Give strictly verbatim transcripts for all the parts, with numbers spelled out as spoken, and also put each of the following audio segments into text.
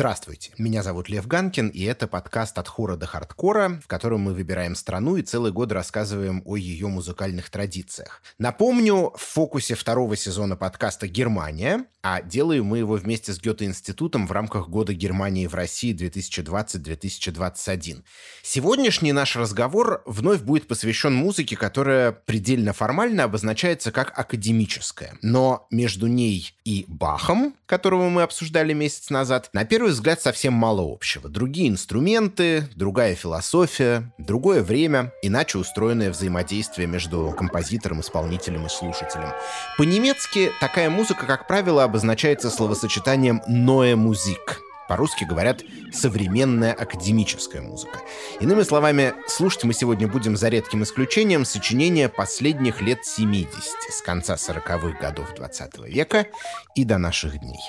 Здравствуйте, меня зовут Лев Ганкин, и это подкаст «От хора до хардкора», в котором мы выбираем страну и целый год рассказываем о ее музыкальных традициях. Напомню, в фокусе второго сезона подкаста Германия, а делаем мы его вместе с Гёте-институтом в рамках Года Германии в России две тысячи двадцать - две тысячи двадцать один. Сегодняшний наш разговор вновь будет посвящен музыке, которая предельно формально обозначается как академическая. Но между ней и Бахом, которого мы обсуждали месяц назад, на первый взгляд совсем мало общего. Другие инструменты, другая философия, другое время, иначе устроенное взаимодействие между композитором, исполнителем и слушателем. По-немецки такая музыка, как правило, обозначается словосочетанием «neue Musik». По-русски говорят «современная академическая музыка». Иными словами, слушать мы сегодня будем за редким исключением сочинения последних лет семидесяти, с конца сороковых годов двадцатого века и до наших дней.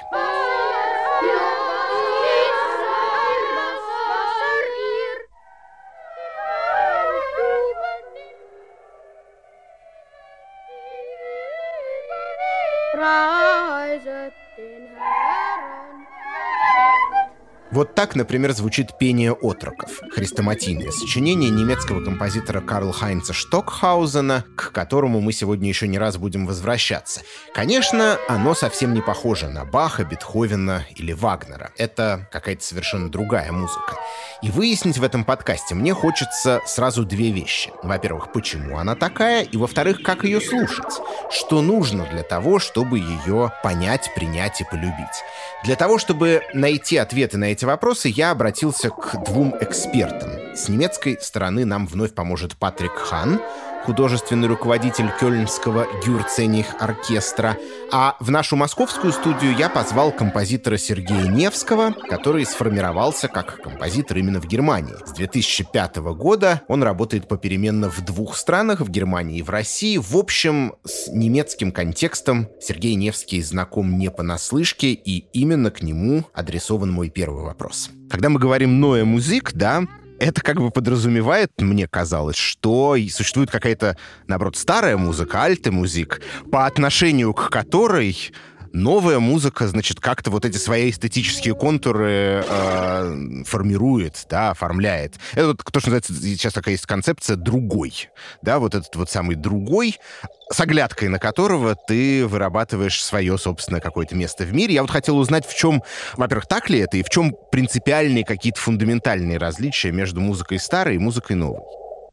Вот так, например, звучит «Пение отроков» — хрестоматийное сочинение немецкого композитора Карла Хайнца Штокхаузена, к которому мы сегодня еще не раз будем возвращаться. Конечно, оно совсем не похоже на Баха, Бетховена или Вагнера. Это какая-то совершенно другая музыка. И выяснить в этом подкасте мне хочется сразу две вещи. Во-первых, почему она такая, и, во-вторых, как ее слушать. Что нужно для того, чтобы ее понять, принять и полюбить. Для того, чтобы найти ответы на эти вопросы, я обратился к двум экспертам. С немецкой стороны нам вновь поможет Патрик Хан, художественный руководитель Кёльнского Гюрцених-оркестра. А в нашу московскую студию я позвал композитора Сергея Невского, который сформировался как композитор именно в Германии. С две тысячи пятого года он работает попеременно в двух странах, в Германии и в России. В общем, с немецким контекстом Сергей Невский знаком не понаслышке, и именно к нему адресован мой первый вопрос. Когда мы говорим «neue Musik», да, это как бы подразумевает, мне казалось, что существует какая-то, наоборот, старая музыка, alte Musik, по отношению к которой новая музыка, значит, как-то вот эти свои эстетические контуры э, формирует, да, оформляет. Это вот то, что называется, сейчас такая есть концепция «другой». Да, вот этот вот самый «другой», с оглядкой на которого ты вырабатываешь свое собственное какое-то место в мире. Я вот хотел узнать, в чем, во-первых, так ли это, и в чем принципиальные какие-то фундаментальные различия между музыкой старой и музыкой новой.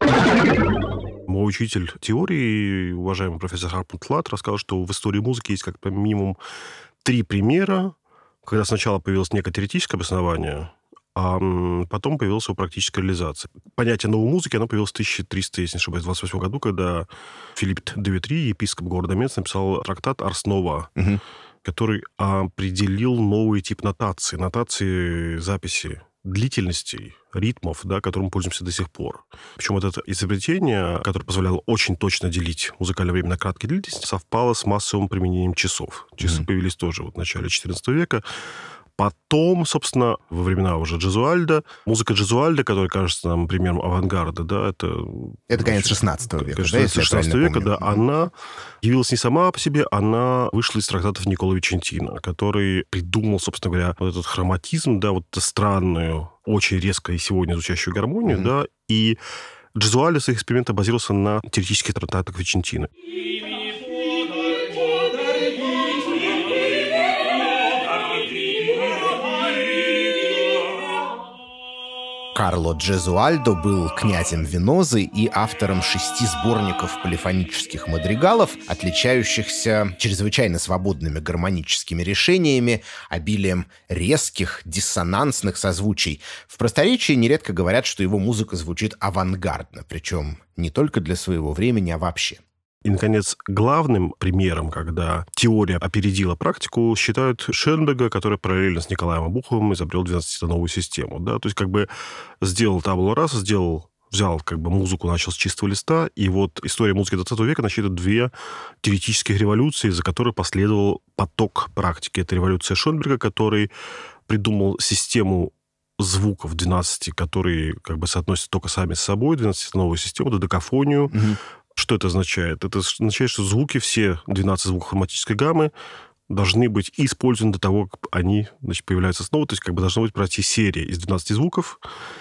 Мой учитель теории, уважаемый профессор Харпунт Лат, рассказал, что в истории музыки есть как минимум три примера, когда сначала появилось некое теоретическое обоснование, а потом появилась его практическая реализация. Понятие новой музыки, оно появилось в тысяча триста, если не ошибаюсь, двадцать восьмом году, когда Филипп де Витри, епископ города Мец, написал трактат «Арс Нова», угу. который определил новый тип нотации, нотации записи длительностей, ритмов, да, которым мы пользуемся до сих пор. Причем это изобретение, которое позволяло очень точно делить музыкальное время на краткие длительности, совпало с массовым применением часов. Часы mm-hmm. появились тоже вот в начале четырнадцатого века. Потом, собственно, во времена уже Джезуальда, музыка Джезуальда, которая кажется нам примером авангарда, да, это... Это конец шестнадцатого века, конечно, да, если шестнадцатого века, помню. да, она явилась не сама по себе, она вышла из трактатов Никколо Вичентино, который придумал, собственно говоря, вот этот хроматизм, да, вот эту странную, очень резко и сегодня звучащую гармонию, mm-hmm. да, и Джезуальда в своих экспериментах базировался на теоретических трактатах Вичентино. Карло Джезуальдо был князем Венозы и автором шести сборников полифонических мадригалов, отличающихся чрезвычайно свободными гармоническими решениями, обилием резких, диссонансных созвучий. В просторечии нередко говорят, что его музыка звучит авангардно, причем не только для своего времени, а вообще. И, наконец, главным примером, когда теория опередила практику, считают Шенберга, который параллельно с Николаем Обуховым изобрел двенадцатитоновую систему. Да? То есть как бы сделал табула раса, сделал, взял как бы музыку, начал с чистого листа, и вот история музыки двадцатого века насчитывает две теоретических революции, за которой последовал поток практики. Это революция Шенберга, который придумал систему звуков двенадцати, которые как бы соотносятся только сами с собой, двенадцатитоновую систему, додекафонию. Угу. Что это означает? Это означает, что звуки, все двенадцать звуков хроматической гаммы, должны быть использованы до того, как они, значит, появляются снова. То есть как бы должна быть пройти серия из двенадцати звуков.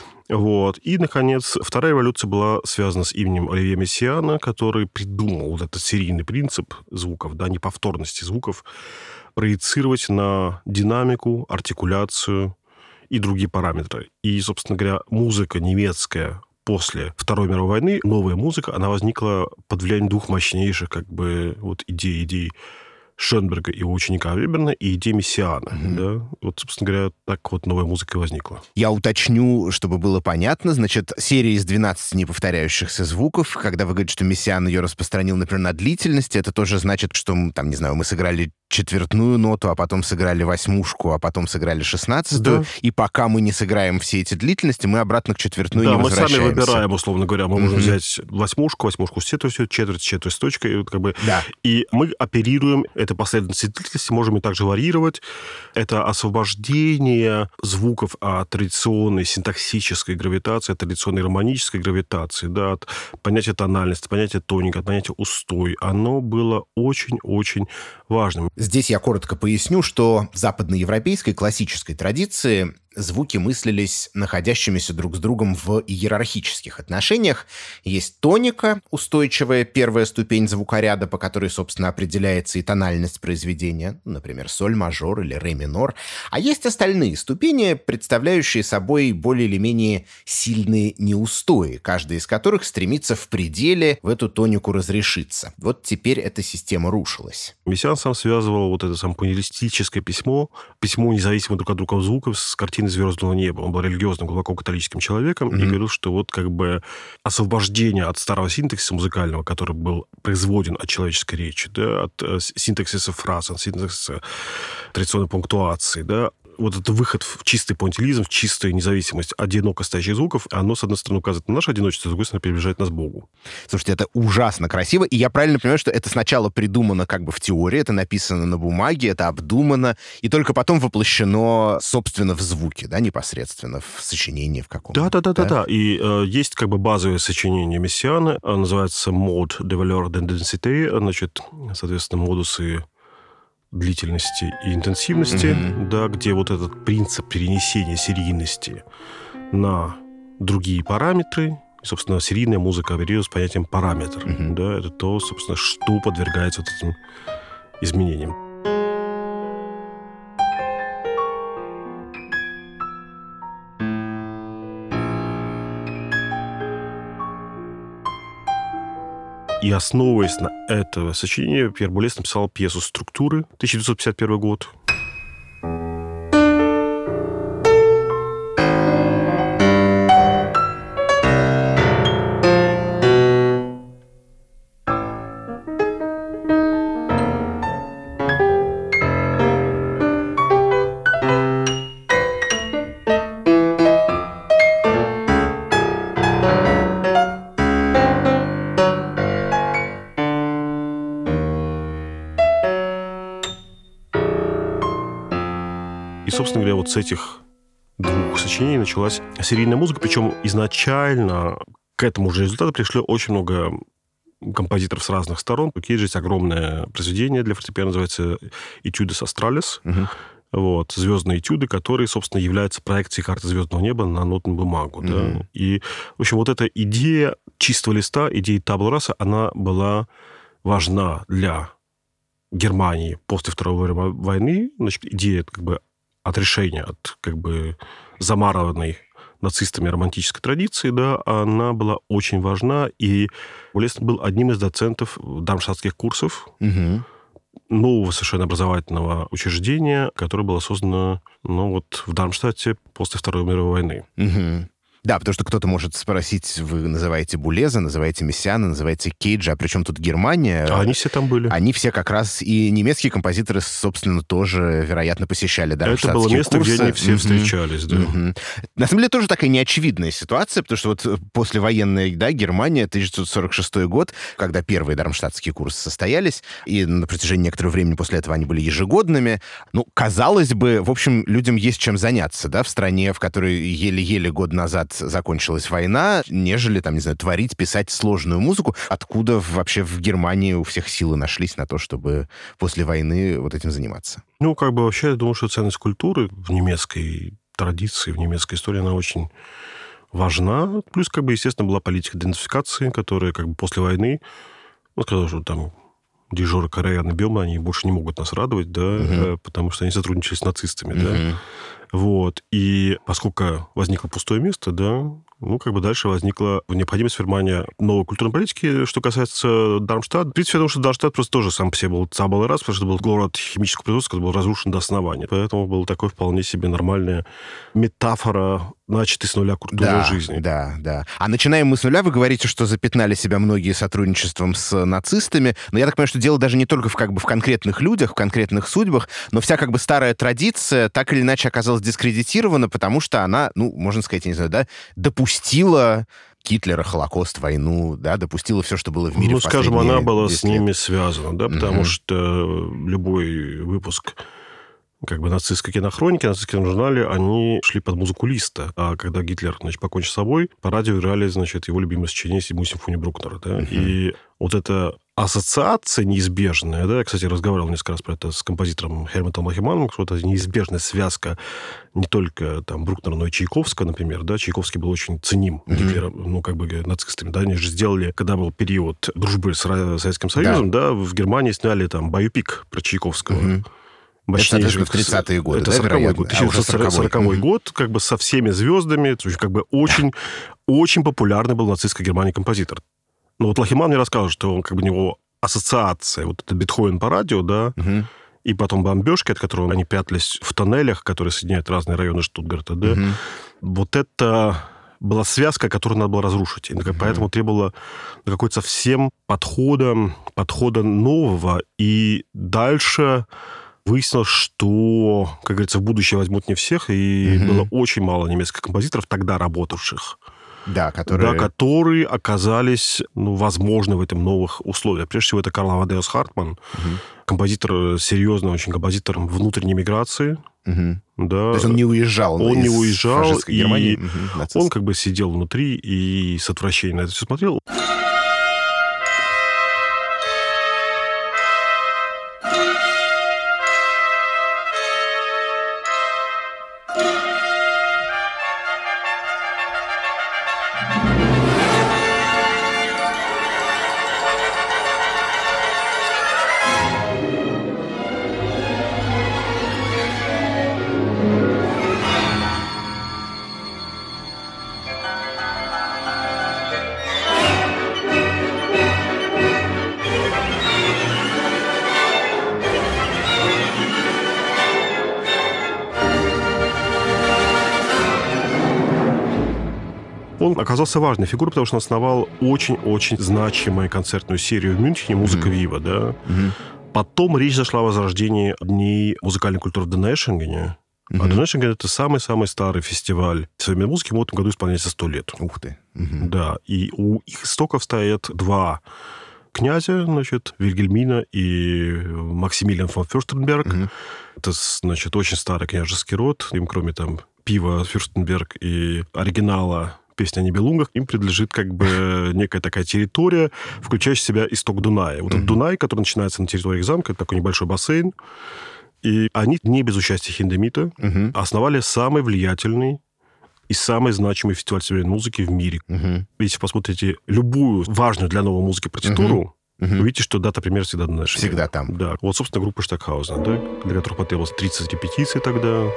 Вот. И, наконец, вторая эволюция была связана с именем Оливье Мессиана, который придумал вот этот серийный принцип звуков, да, неповторности звуков, проецировать на динамику, артикуляцию и другие параметры. И, собственно говоря, музыка немецкая после Второй мировой войны, новая музыка, она возникла под влиянием двух мощнейших как бы вот идей, идей Шönberga и его ученика Веберна, и идеи Мессиана. Mm-hmm. Да? Вот, собственно говоря, так вот новая музыка и возникла. Я уточню, чтобы было понятно. Значит, серия из двенадцати неповторяющихся звуков. Когда вы говорите, что Мессиан ее распространил, например, на длительности, это тоже значит, что, там, не знаю, мы сыграли четвертную ноту, а потом сыграли восьмушку, а потом сыграли шестнадцатую, да. И пока мы не сыграем все эти длительности, мы обратно к четвертной да, не возвращаемся. Да, мы сами выбираем, условно говоря. Мы mm-hmm. можем взять восьмушку, восьмушку с четвертью, четверть, четверть с точкой. Как бы, да. И мы оперируем этой последовательностью длительности, можем и также варьировать. Это освобождение звуков от традиционной синтаксической гравитации, от традиционной романической гравитации, да, от понятия тональности, понятия тоника, от понятия устой. Оно было очень-очень важным. Здесь я коротко поясню, что в западноевропейской классической традиции звуки мыслились находящимися друг с другом в иерархических отношениях. Есть тоника, устойчивая первая ступень звукоряда, по которой, собственно, определяется и тональность произведения, например, соль мажор или ре минор. А есть остальные ступени, представляющие собой более или менее сильные неустои, каждая из которых стремится в пределе в эту тонику разрешиться. Вот теперь эта система рушилась. Мессиан сам связывал вот это сампунилистическое письмо, письмо независимо друг от друга звуков с картиной «Звездного неба». Он был религиозным, глубоко католическим человеком mm-hmm. и говорил, что вот как бы освобождение от старого синтаксиса музыкального, который был производен от человеческой речи, да, от э, синтаксиса фраз, от синтаксиса традиционной пунктуации, да, вот этот выход в чистый пуантилизм, в чистую независимость одиноко стоящих звуков, оно, с одной стороны, указывает на наше одиночество, с другой стороны, приближает нас к Богу. Слушайте, это ужасно красиво, и я правильно понимаю, что это сначала придумано как бы в теории, это написано на бумаге, это обдумано, и только потом воплощено, собственно, в звуке, да, непосредственно, в сочинении в каком-то. Да-да-да-да, да? И э, есть как бы базовое сочинение Мессиана, называется «Mode de valeur d'intensité», значит, соответственно, модусы длительности и интенсивности, mm-hmm. да, где вот этот принцип перенесения серийности на другие параметры, и, собственно, серийная музыка оперирует с понятием параметр, mm-hmm. да, это то, собственно, что подвергается вот этим изменениям. И основываясь на это сочинение, Пьер Болес написал пьесу «Структуры», тысяча девятьсот пятьдесят первый год. Собственно говоря, вот с этих двух сочинений началась серийная музыка, причем изначально к этому же результату пришло очень много композиторов с разных сторон. У Кейджа есть огромное произведение для фортепиано, называется «Этюдес Астралес». Угу. Вот, звездные этюды, которые, собственно, являются проекцией карты звездного неба на нотную бумагу. Угу. Да? И, в общем, вот эта идея чистого листа, идея табла раса, она была важна для Германии после Второй мировой войны. Значит, идея как бы отрешения от как бы замарованной нацистами романтической традиции, да, она была очень важна, и Болес был одним из доцентов дармштадтских курсов, угу. нового совершенно образовательного учреждения, которое было создано, ну, вот в Дармштадте после Второй мировой войны. Угу. Да, потому что кто-то может спросить, вы называете Булеза, называете Мессиана, называете Кейджа, а при чем тут Германия? А они все там были. Они все как раз, и немецкие композиторы, собственно, тоже, вероятно, посещали дармштадтские курсы. Это было место, курсы. где они все mm-hmm. встречались, да. Mm-hmm. На самом деле, тоже такая неочевидная ситуация, потому что вот послевоенная, да, Германия, тысяча девятьсот сорок шестой год, когда первые дармштадтские курсы состоялись, и на протяжении некоторого времени после этого они были ежегодными, ну, казалось бы, в общем, людям есть чем заняться, да, в стране, в которой еле-еле год назад закончилась война, нежели, там, не знаю, творить, писать сложную музыку. Откуда вообще в Германии у всех силы нашлись на то, чтобы после войны вот этим заниматься? Ну, как бы вообще, я думаю, что ценность культуры в немецкой традиции, в немецкой истории, она очень важна. Плюс, как бы, естественно, была политика денацификации, которая, как бы, после войны, ну, сказала, что там Дижор, Кореян и Бёма, они больше не могут нас радовать, да, uh-huh. потому что они сотрудничали с нацистами, uh-huh. да. Вот. И поскольку возникло пустое место, да, ну, как бы дальше возникла необходимость формирования новой культурной политики. Что касается Дармштадта, в принципе, я думаю, что Дармштадт просто тоже сам по себе был цабалый раз, потому что это был город химического производства, который был разрушен до основания. Поэтому был такой вполне себе нормальная метафора начатой с нуля культурной да, жизни. Да, да. А начинаем мы с нуля. Вы говорите, что запятнали себя многие сотрудничеством с нацистами. Но я так понимаю, что дело даже не только в, как бы, в конкретных людях, в конкретных судьбах, но вся как бы старая традиция так или иначе оказалась дискредитирована, потому что она, ну, можно сказать, я не знаю, да, допустила Гитлера, Холокост, войну, да, допустила все, что было в мире. Ну, в скажем, она была с ними лет. связана, да, потому mm-hmm. что любой выпуск как бы нацистской кинохроники, нацистском журнале, они шли под музыку Листа. А когда Гитлер, значит, покончил с собой, по радио играли, значит, его любимое сочинение «Седьмую симфонию Брукнера», да, mm-hmm. и вот эта ассоциация неизбежная, да, я, кстати, разговаривал несколько раз про это с композитором Хельмутом Махиманом, что это неизбежная связка не только там Брукнера, но и Чайковского, например, да, Чайковский был очень ценим mm-hmm. Гитлером, ну, как бы нацистами, да, они же сделали, когда был период дружбы с Советским Союзом, да, да в Германии сняли там байопик про Чайковского. Mm-hmm. Это, соответственно, в тридцатые годы, это да, сороковой год, тысяча девятьсот сороковой год, как бы со всеми звездами, как бы очень, очень популярный был в нацистской Германии композитор. Но вот Лахиман мне рассказывал, что он, как бы, у него ассоциация, вот это Бетховен по радио, да, угу. и потом бомбежки, от которых они прятались в тоннелях, которые соединяют разные районы Штутгарта, да, угу. вот это была связка, которую надо было разрушить. И угу. поэтому требовало какой-то совсем подхода, подхода нового, и дальше выяснилось, что, как говорится, в будущее возьмут не всех, и mm-hmm. было очень мало немецких композиторов, тогда работавших, да, которые... Да, которые оказались, ну, возможны в этом новых условиях. Прежде всего, это Карл Амадеус Хартман, mm-hmm. композитор, серьезный очень композитор внутренней миграции. Mm-hmm. Да. То есть он не уезжал Он из не уезжал, и Германии? Mm-hmm. Он как бы сидел внутри и с отвращением на это все смотрел. Он оказался важной фигурой, потому что он основал очень-очень значимую концертную серию в Мюнхене «Музыка mm-hmm. Вива». Да? Mm-hmm. Потом речь зашла о возрождении Дней музыкальной культуры в Денешингене. Mm-hmm. А Денешинген – это самый-самый старый фестиваль современной музыки. Ему в этом году исполняется сто лет. Ух ты. Mm-hmm. Да. И у их истоков стоят два князя, значит, Вильгельмина и Максимилиан фон Фюрстенберг. Mm-hmm. Это, значит, очень старый княжеский род. Им, кроме там пива Фюрстенберг и оригинала «Песня о Нибелунгах», им принадлежит как бы некая такая территория, включающая в себя исток Дуная. Вот mm-hmm. этот Дунай, который начинается на территории замка, это такой небольшой бассейн. И они не без участия Хиндемита mm-hmm. основали самый влиятельный и самый значимый фестиваль современной музыки в мире. Mm-hmm. Если посмотрите любую важную для новой музыки партитуру, mm-hmm. вы увидите, что дата премьеры всегда на Всегда там. Да. Вот, собственно, группа Штокхаузена, да, для которых потребовалось тридцать репетиций тогда.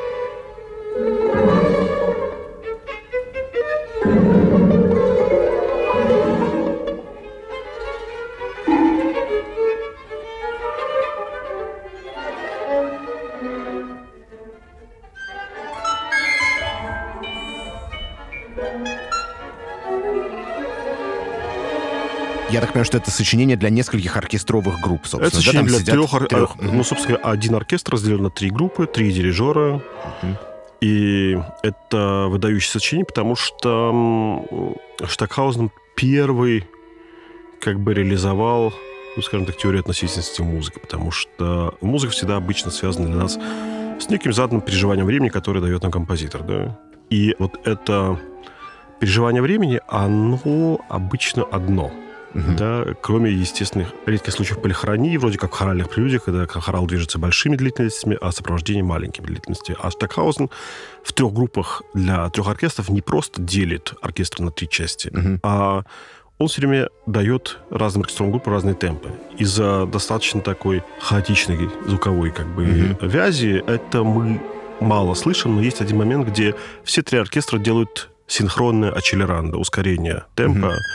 Я так понимаю, что это сочинение для нескольких оркестровых групп, собственно. Это сочинение да, для трех, трех... Ну, собственно, один оркестр разделен на три группы, три дирижера. Uh-huh. И это выдающееся сочинение, потому что Штокхаузен первый как бы реализовал, ну, скажем так, теорию относительности музыки, потому что музыка всегда обычно связана для нас с неким заданным переживанием времени, которое дает нам композитор, да. И вот это переживание времени, оно обычно одно. Uh-huh. Да, кроме естественных редких случаев полихронии, вроде как в хоральных прелюдиях, когда хорал движется большими длительностями, а сопровождение маленькими длительностями. А Стокхаузен в трех группах для трех оркестров не просто делит оркестр на три части, uh-huh. а он все время дает разным оркестровым группам разные темпы. Из-за достаточно такой хаотичной звуковой как бы uh-huh. вязи это мы мало слышим, но есть один момент, где все три оркестра делают синхронное акселерандо, ускорение темпа. Uh-huh.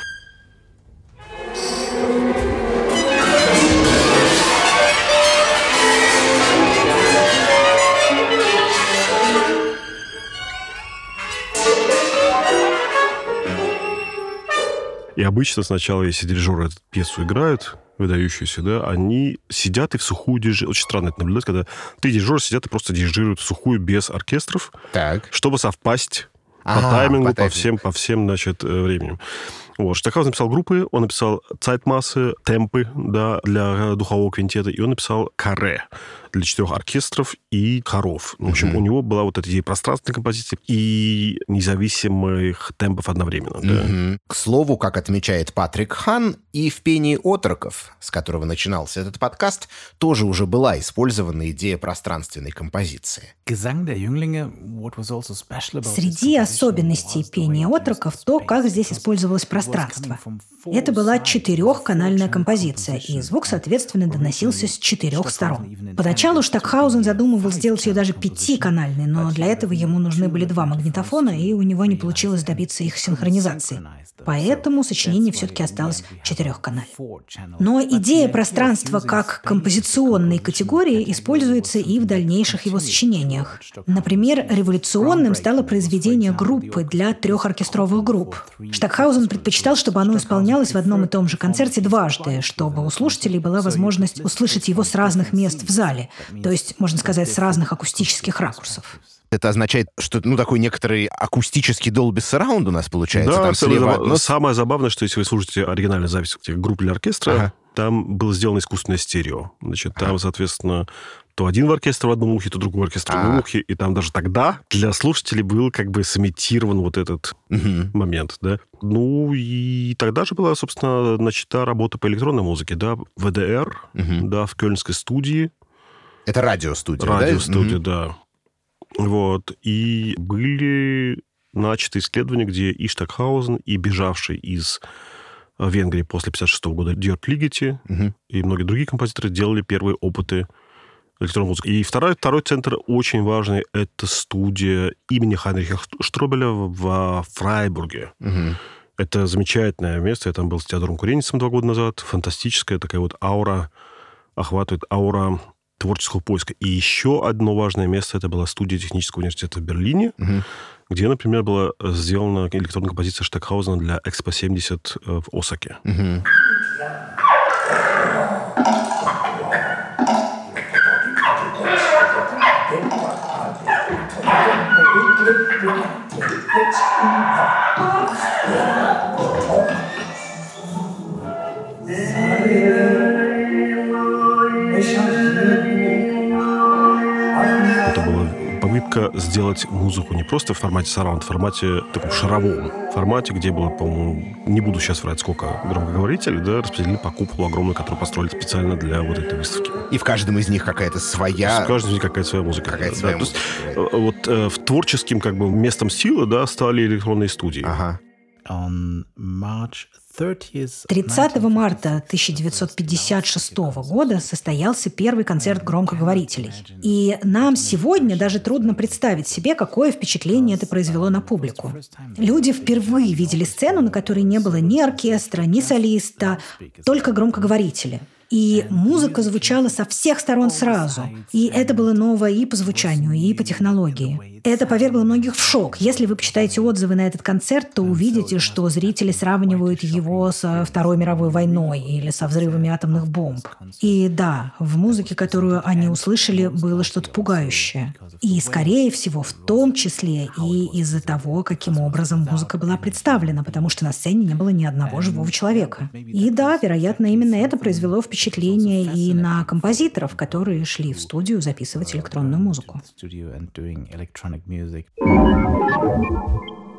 И обычно сначала, если дирижеры эту пьесу играют, выдающуюся, да, они сидят и в сухую дирижируют. Очень странно это наблюдать, когда три дирижера сидят и просто дирижируют в сухую без оркестров, так. чтобы совпасть ага, по таймингу, по, по всем, по всем, значит, временем. Вот. Стокхаузен написал группы, он написал цайтмассы, темпы, да, для духового квинтета, и он написал каре для четырех оркестров и хоров. В общем, mm-hmm. у него была вот эта идея пространственной композиции и независимых темпов одновременно. Mm-hmm. Да. К слову, как отмечает Патрик Хан, и в «Пении отроков», с которого начинался этот подкаст, тоже уже была использована идея пространственной композиции. Среди особенностей «Пения отроков» то, как здесь использовалось пространство. Это была четырехканальная композиция, и звук, соответственно, доносился с четырех сторон. Поначалу Стокхаузен задумывал сделать ее даже пятиканальной, но для этого ему нужны были два магнитофона, и у него не получилось добиться их синхронизации. Поэтому сочинение все-таки осталось четырехканальным. Но идея пространства как композиционной категории используется и в дальнейших его сочинениях. Например, революционным стало произведение группы для трехоркестровых групп. Стокхаузен предпочитал, чтобы оно исполнялось в одном и том же концерте дважды, чтобы у слушателей была возможность услышать его с разных мест в зале, то есть, можно сказать, с разных акустических ракурсов. Это означает, что ну такой некоторый акустический Dolby Surround у нас получается. Да, там слева одно... самое забавное, что если вы слушаете оригинальную запись группы или оркестра, ага. там было сделано искусственное стерео. Значит, там, ага. соответственно, то один оркестр в одном ухе, то другой оркестр в другом ухе, и там даже тогда для слушателей был как бы сымитирован вот этот угу. момент, да. Ну, и тогда же была, собственно, начата работа по электронной музыке, да, вэ дэ эр, угу. да, в кёльнской студии. Это радиостудия, да? Радиостудия, угу. да. Вот. И были начаты исследования, где и Стокхаузен, и бежавший из Венгрии после пятьдесят шестого года Дьорк Лигети угу. и многие другие композиторы делали первые опыты электронной музыки. И второй, второй центр очень важный – это студия имени Хайнриха Штробеля в Фрайбурге. Угу. Это замечательное место. Я там был с Теодором Куренисом два года назад. Фантастическая такая вот аура, охватывает аура творческого поиска. И еще одно важное место – это была студия Технического университета в Берлине, угу. где, например, была сделана электронная композиция Стокхаузена для Экспо семьдесят в Осаке. Угу. Это была попытка сделать музыку не просто в формате сараунд, в формате таком шаровом формате, где было, по-моему, не буду сейчас врать, сколько громкоговорителей, да, распределили по куполу огромную, которую построили специально для вот этой выставки. И в каждом из них какая-то своя... В каждом из них какая-то своя музыка. Какая-то да, своя да. музыка. То есть, вот э, в творческим как бы местом силы, да, стали электронные студии. Ага. тридцатого марта тысяча девятьсот пятьдесят шестого года состоялся первый концерт громкоговорителей. И нам сегодня даже трудно представить себе, какое впечатление это произвело на публику. Люди впервые видели сцену, на которой не было ни оркестра, ни солиста, только громкоговорители. И музыка звучала со всех сторон сразу. И это было новое и по звучанию, и по технологии. Это повергло многих в шок. Если вы почитаете отзывы на этот концерт, то увидите, что зрители сравнивают его со Второй мировой войной или со взрывами атомных бомб. И да, в музыке, которую они услышали, было что-то пугающее. И, скорее всего, в том числе и из-за того, каким образом музыка была представлена, потому что на сцене не было ни одного живого человека. И да, вероятно, именно это произвело впечатление впечатление и на композиторов, которые шли в студию записывать электронную музыку.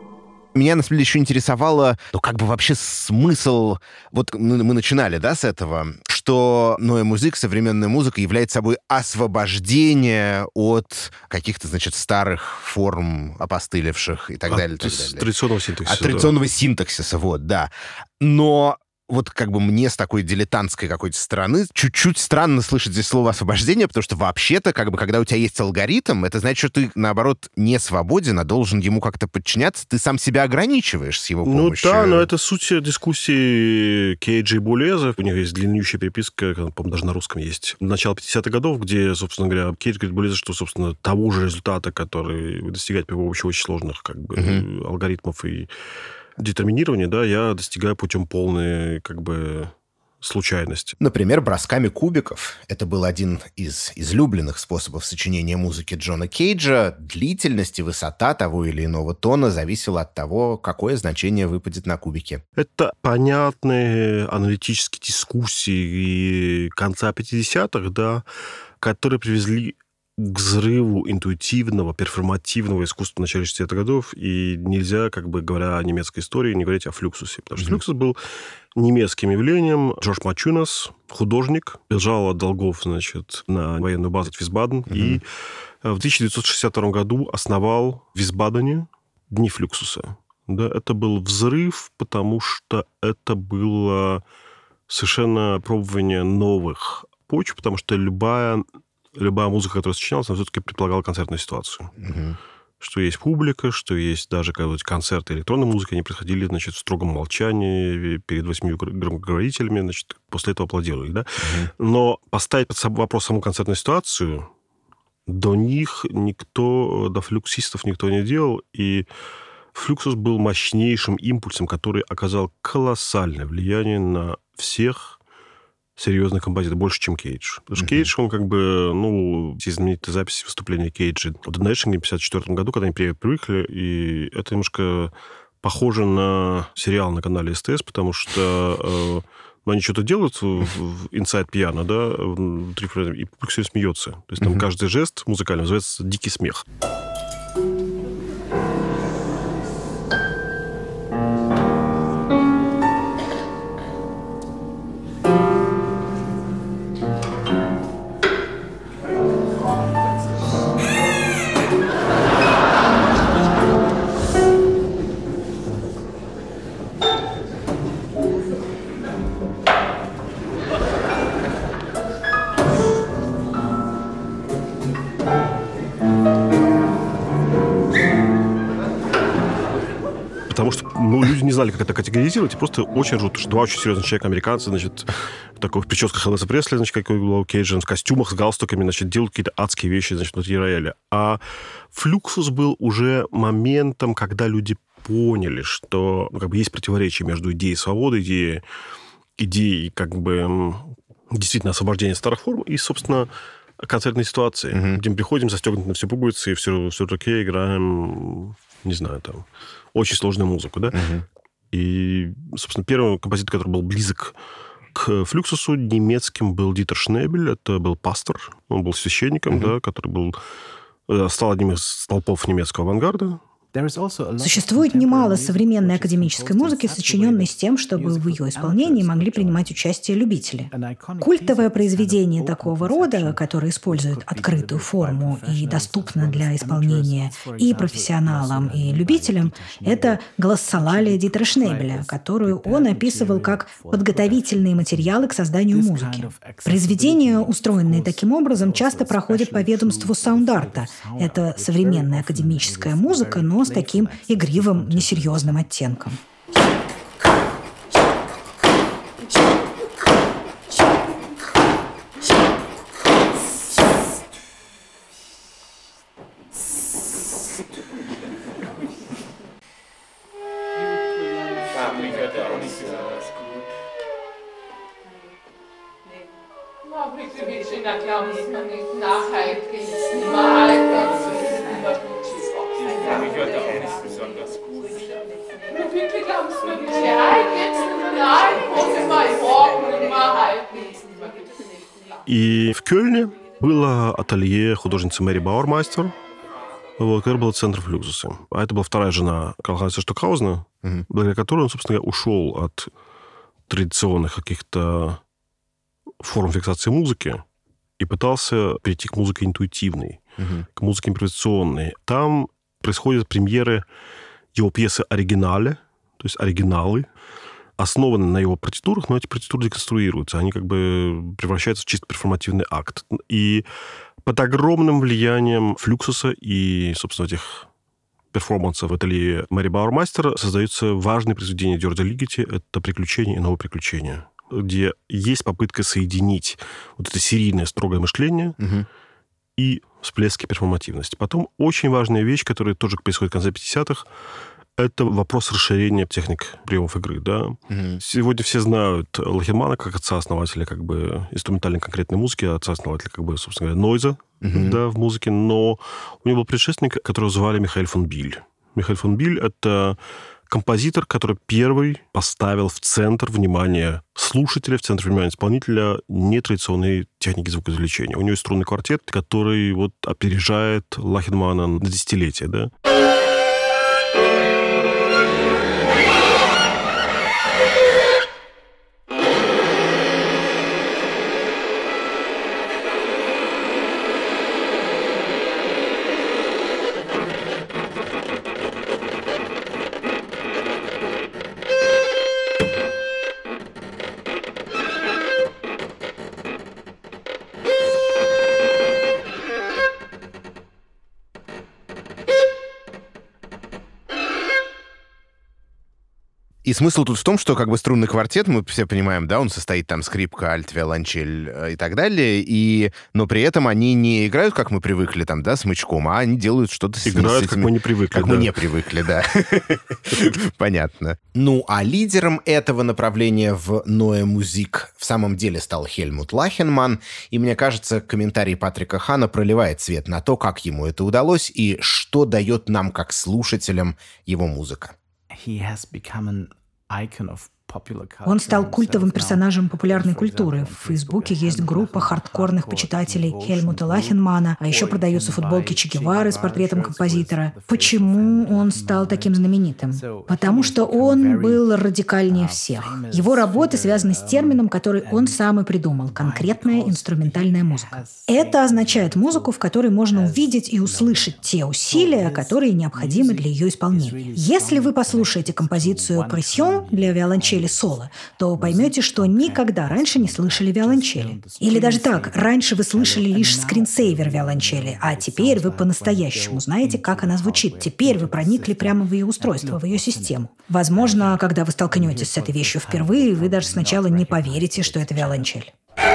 Меня, на самом деле, еще интересовало, ну, как бы вообще смысл... Вот мы, мы начинали, да, с этого, что Neue Musik, современная музыка, является собой освобождение от каких-то, значит, старых форм опостылевших и так От далее. Так далее. традиционного синтаксиса. От традиционного да. синтаксиса, вот, да. Но... Вот как бы мне с такой дилетантской какой-то стороны чуть-чуть странно слышать здесь слово «освобождение», потому что вообще-то, как бы, когда у тебя есть алгоритм, это значит, что ты, наоборот, не свободен, а должен ему как-то подчиняться. Ты сам себя ограничиваешь с его помощью. Ну да, но это суть дискуссии Кейджа и Булеза. У них есть длиннющая переписка, по-моему, даже на русском есть. Начало пятидесятых годов, где, собственно говоря, Кейдж говорит Булеза, что, собственно, того же результата, который вы достигаете при помощи очень сложных как бы, uh-huh. алгоритмов и детерминирование, да, я достигаю путем полной, как бы, случайности. Например, бросками кубиков. Это был один из излюбленных способов сочинения музыки Джона Кейджа. Длительность и высота того или иного тона зависела от того, какое значение выпадет на кубике. Это понятные аналитические дискуссии конца пятидесятых, да, которые привезли к взрыву интуитивного, перформативного искусства в начале шестидесятых годов, и нельзя, как бы говоря о немецкой истории, не говорить о флюксусе, потому что mm-hmm. флюксус был немецким явлением. Джордж Мачунас, художник, бежал от долгов, значит, на военную базу в Висбаден, mm-hmm. и в тысяча девятьсот шестьдесят втором году основал в Висбадене Дни флюксуса. Да, это был взрыв, потому что это было совершенно пробование новых почв, потому что любая Любая музыка, которая сочинялась, она все-таки предполагала концертную ситуацию. Uh-huh. Что есть публика, что есть даже концерты электронной музыки, они происходили, значит, в строгом молчании перед восьмью громкоговорителями, значит, после этого аплодировали, да? Uh-huh. Но поставить под собой вопрос саму концертную ситуацию до них никто, до флюксистов никто не делал, и флюксус был мощнейшим импульсом, который оказал колоссальное влияние на всех серьезный композитор, больше, чем Кейдж. Потому что mm-hmm. Кейдж, он как бы, ну, есть знаменитые записи выступления Кейджа в The Nashville в пятьдесят четвёртом году, когда они приехали, и это немножко похоже на сериал на канале СТС, потому что э, они что-то делают в, в Inside Piano, да, и публика все смеется. То есть там mm-hmm. каждый жест музыкальный называется «дикий смех». Потому что, ну, люди не знали, как это категоризировать, и просто очень ржут, что два очень серьезных человека, американцы, значит, в такой в прическах Элвиса Пресли, значит, как у Кейджа, в костюмах с галстуками, значит, делают какие-то адские вещи, значит, внутри рояля. А флюксус был уже моментом, когда люди поняли, что, ну, как бы есть противоречие между идеей свободы, идеей, идеей, как бы, действительно освобождения старых форм и, собственно, концертной ситуации, mm-hmm. где мы приходим, застегнуты на все пуговицы, и все, все окей, играем, не знаю, там, очень сложную музыку, да? Uh-huh. И, собственно, первый композитор, который был близок к флюксусу немецким, был Дитер Шнебель. Это был пастор, он был священником, uh-huh. да, который был, стал одним из столпов немецкого авангарда. Существует немало современной академической музыки, сочиненной с тем, чтобы в ее исполнении могли принимать участие любители. Культовое произведение такого рода, которое использует открытую форму и доступно для исполнения и профессионалам, и любителям, это «Глоссолалия» Дитера Шнебеля, которую он описывал как подготовительные материалы к созданию музыки. Произведения, устроенные таким образом, часто проходят по ведомству саунд-арта. Это современная академическая музыка, но с таким игривым, несерьезным оттенком. И в Кёльне было ателье художницы Мэри Бауэрмайстер. вот, которая была центром Флюксуса. А это была вторая жена Карла-Хайнца Штокхаузена, угу. благодаря которой он, собственно говоря, ушел от традиционных каких-то форм фиксации музыки и пытался перейти к музыке интуитивной, угу. к музыке импровизационной. Там происходят премьеры его пьесы «Оригинале», то есть оригиналы, основаны на его партитурах, но эти партитуры деконструируются. Они как бы превращаются в чисто перформативный акт. И под огромным влиянием Флюксуса и, собственно, этих перформансов в ателье Мэри Бауэрмастер создаются важные произведения Дёрдя Лигети. Это «Приключения и новые приключения», где есть попытка соединить вот это серийное строгое мышление угу. и всплески перформативности. Потом очень важная вещь, которая тоже происходит в конце пятидесятых, это вопрос расширения техник приемов игры. Да? Mm-hmm. Сегодня все знают Лахенмана как отца-основателя как бы, инструментальной конкретной музыки, отца-основателя, как бы, собственно говоря, нойза mm-hmm. да, в музыке, но у него был предшественник, которого звали Михаэль фон Биль. Михаэль фон Биль — это композитор, который первый поставил в центр внимания слушателя, в центр внимания исполнителя нетрадиционные техники звукоизвлечения. У него есть струнный квартет, который вот опережает Лахенмана на десятилетия. Да? И смысл тут в том, что как бы струнный квартет, мы все понимаем, да, он состоит там скрипка, альт, виолончель и так далее, и, но при этом они не играют, как мы привыкли, там, да, смычком, а они делают что-то с Играют, с этими, как мы не привыкли, Как да. мы не привыкли, да. Понятно. Ну, а лидером этого направления в Neue Musik в самом деле стал Хельмут Лахенман, и мне кажется, комментарий Патрика Хана проливает свет на то, как ему это удалось и что дает нам, как слушателям, его музыка. Он стал культовым персонажем популярной культуры. В Фейсбуке есть группа хардкорных почитателей Хельмута Лахенмана, а еще продаются футболки Че Гевары с портретом композитора. Почему он стал таким знаменитым? Потому что он был радикальнее всех. Его работы связаны с термином, который он сам и придумал — конкретная инструментальная музыка. Это означает музыку, в которой можно увидеть и услышать те усилия, которые необходимы для ее исполнения. Если вы послушаете композицию «Pression» для виолончели соло, то вы поймете, что никогда раньше не слышали виолончели. Или даже так, раньше вы слышали лишь скринсейвер виолончели, а теперь вы по-настоящему знаете, как она звучит. Теперь вы проникли прямо в ее устройство, в ее систему. Возможно, когда вы столкнетесь с этой вещью впервые, вы даже сначала не поверите, что это виолончель.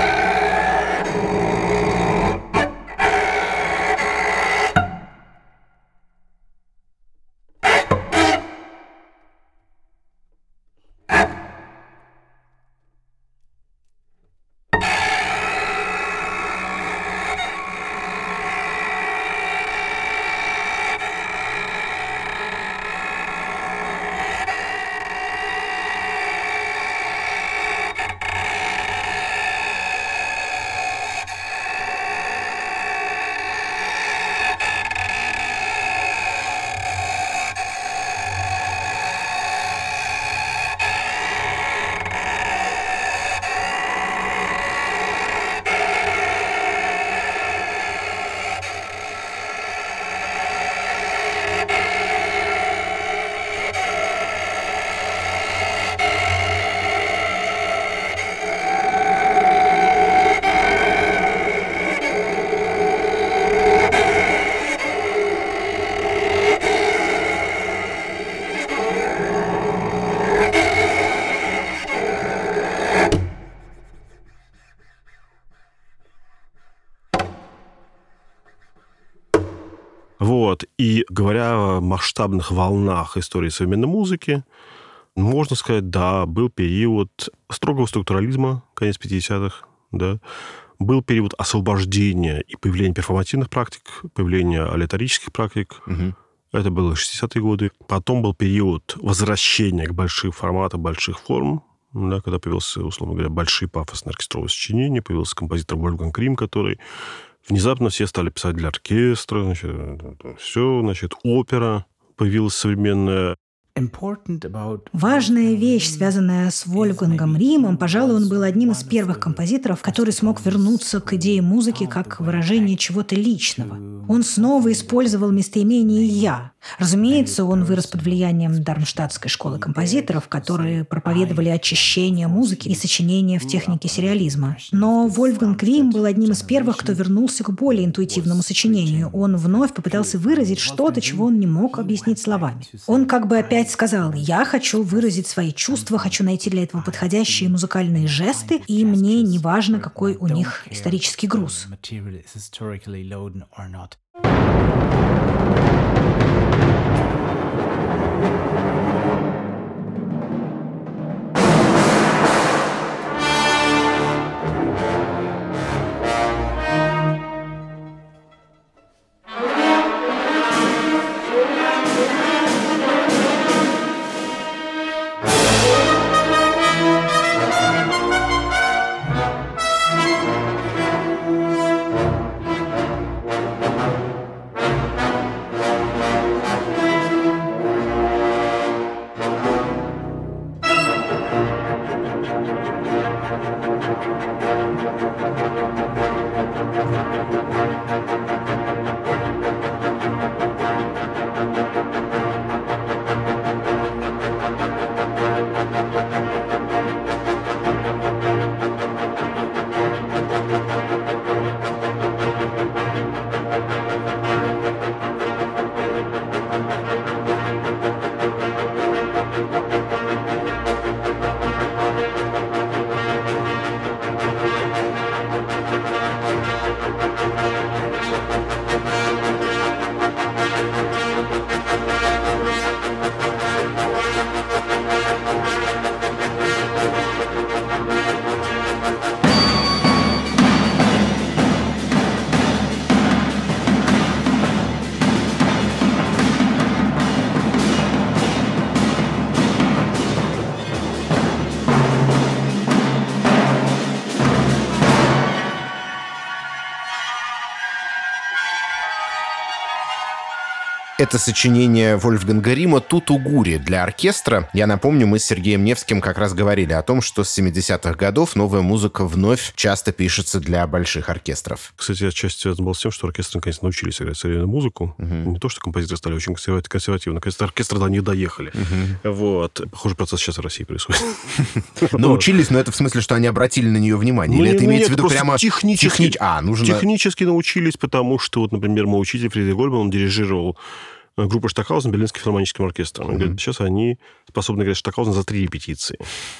Вот. И говоря о масштабных волнах истории современной музыки, можно сказать, да, был период строгого структурализма, конец пятидесятых, да, был период освобождения и появления перформативных практик, появления аллиторических практик. Угу. Это было шестидесятые годы. Потом был период возвращения к большим форматам, больших форм, да, когда появился, условно говоря, большие пафосные оркестровые сочинения, появился композитор Вольфганг Рим, который Внезапно все стали писать для оркестра, значит, все, значит, опера появилась современная. Важная вещь, связанная с Вольфгангом Римом, пожалуй, он был одним из первых композиторов, который смог вернуться к идее музыки как выражение чего-то личного. Он снова использовал местоимение «я». Разумеется, он вырос под влиянием Дармштадтской школы композиторов, которые проповедовали очищение музыки и сочинения в технике сюрреализма. Но Вольфганг Рим был одним из первых, кто вернулся к более интуитивному сочинению. Он вновь попытался выразить что-то, чего он не мог объяснить словами. Он как бы опять сказал: «Я хочу выразить свои чувства, хочу найти для этого подходящие музыкальные жесты, и мне не важно, какой у них исторический груз». Это сочинение Вольфганга Рима «Туту-Гури» для оркестра. Я напомню, мы с Сергеем Невским как раз говорили о том, что с семидесятых годов новая музыка вновь часто пишется для больших оркестров. Кстати, отчасти связано было с тем, что оркестры наконец научились играть современную музыку. Угу. Не то, что композиторы стали очень консервативны, наконец-то оркестры до них доехали. Угу. Вот. Похожий процесс сейчас в России происходит. Научились, но это в смысле, что они обратили на нее внимание? Или это имеется в виду прямо технически? А, нужно... Технически научились, потому что, вот, например, мой учитель Фридрих Гольбан, он дирижировал группу Штокхаузен Берлинским филармоническим оркестром. Он mm-hmm. говорит, сейчас они способны играть Штокхаузен за три репетиции.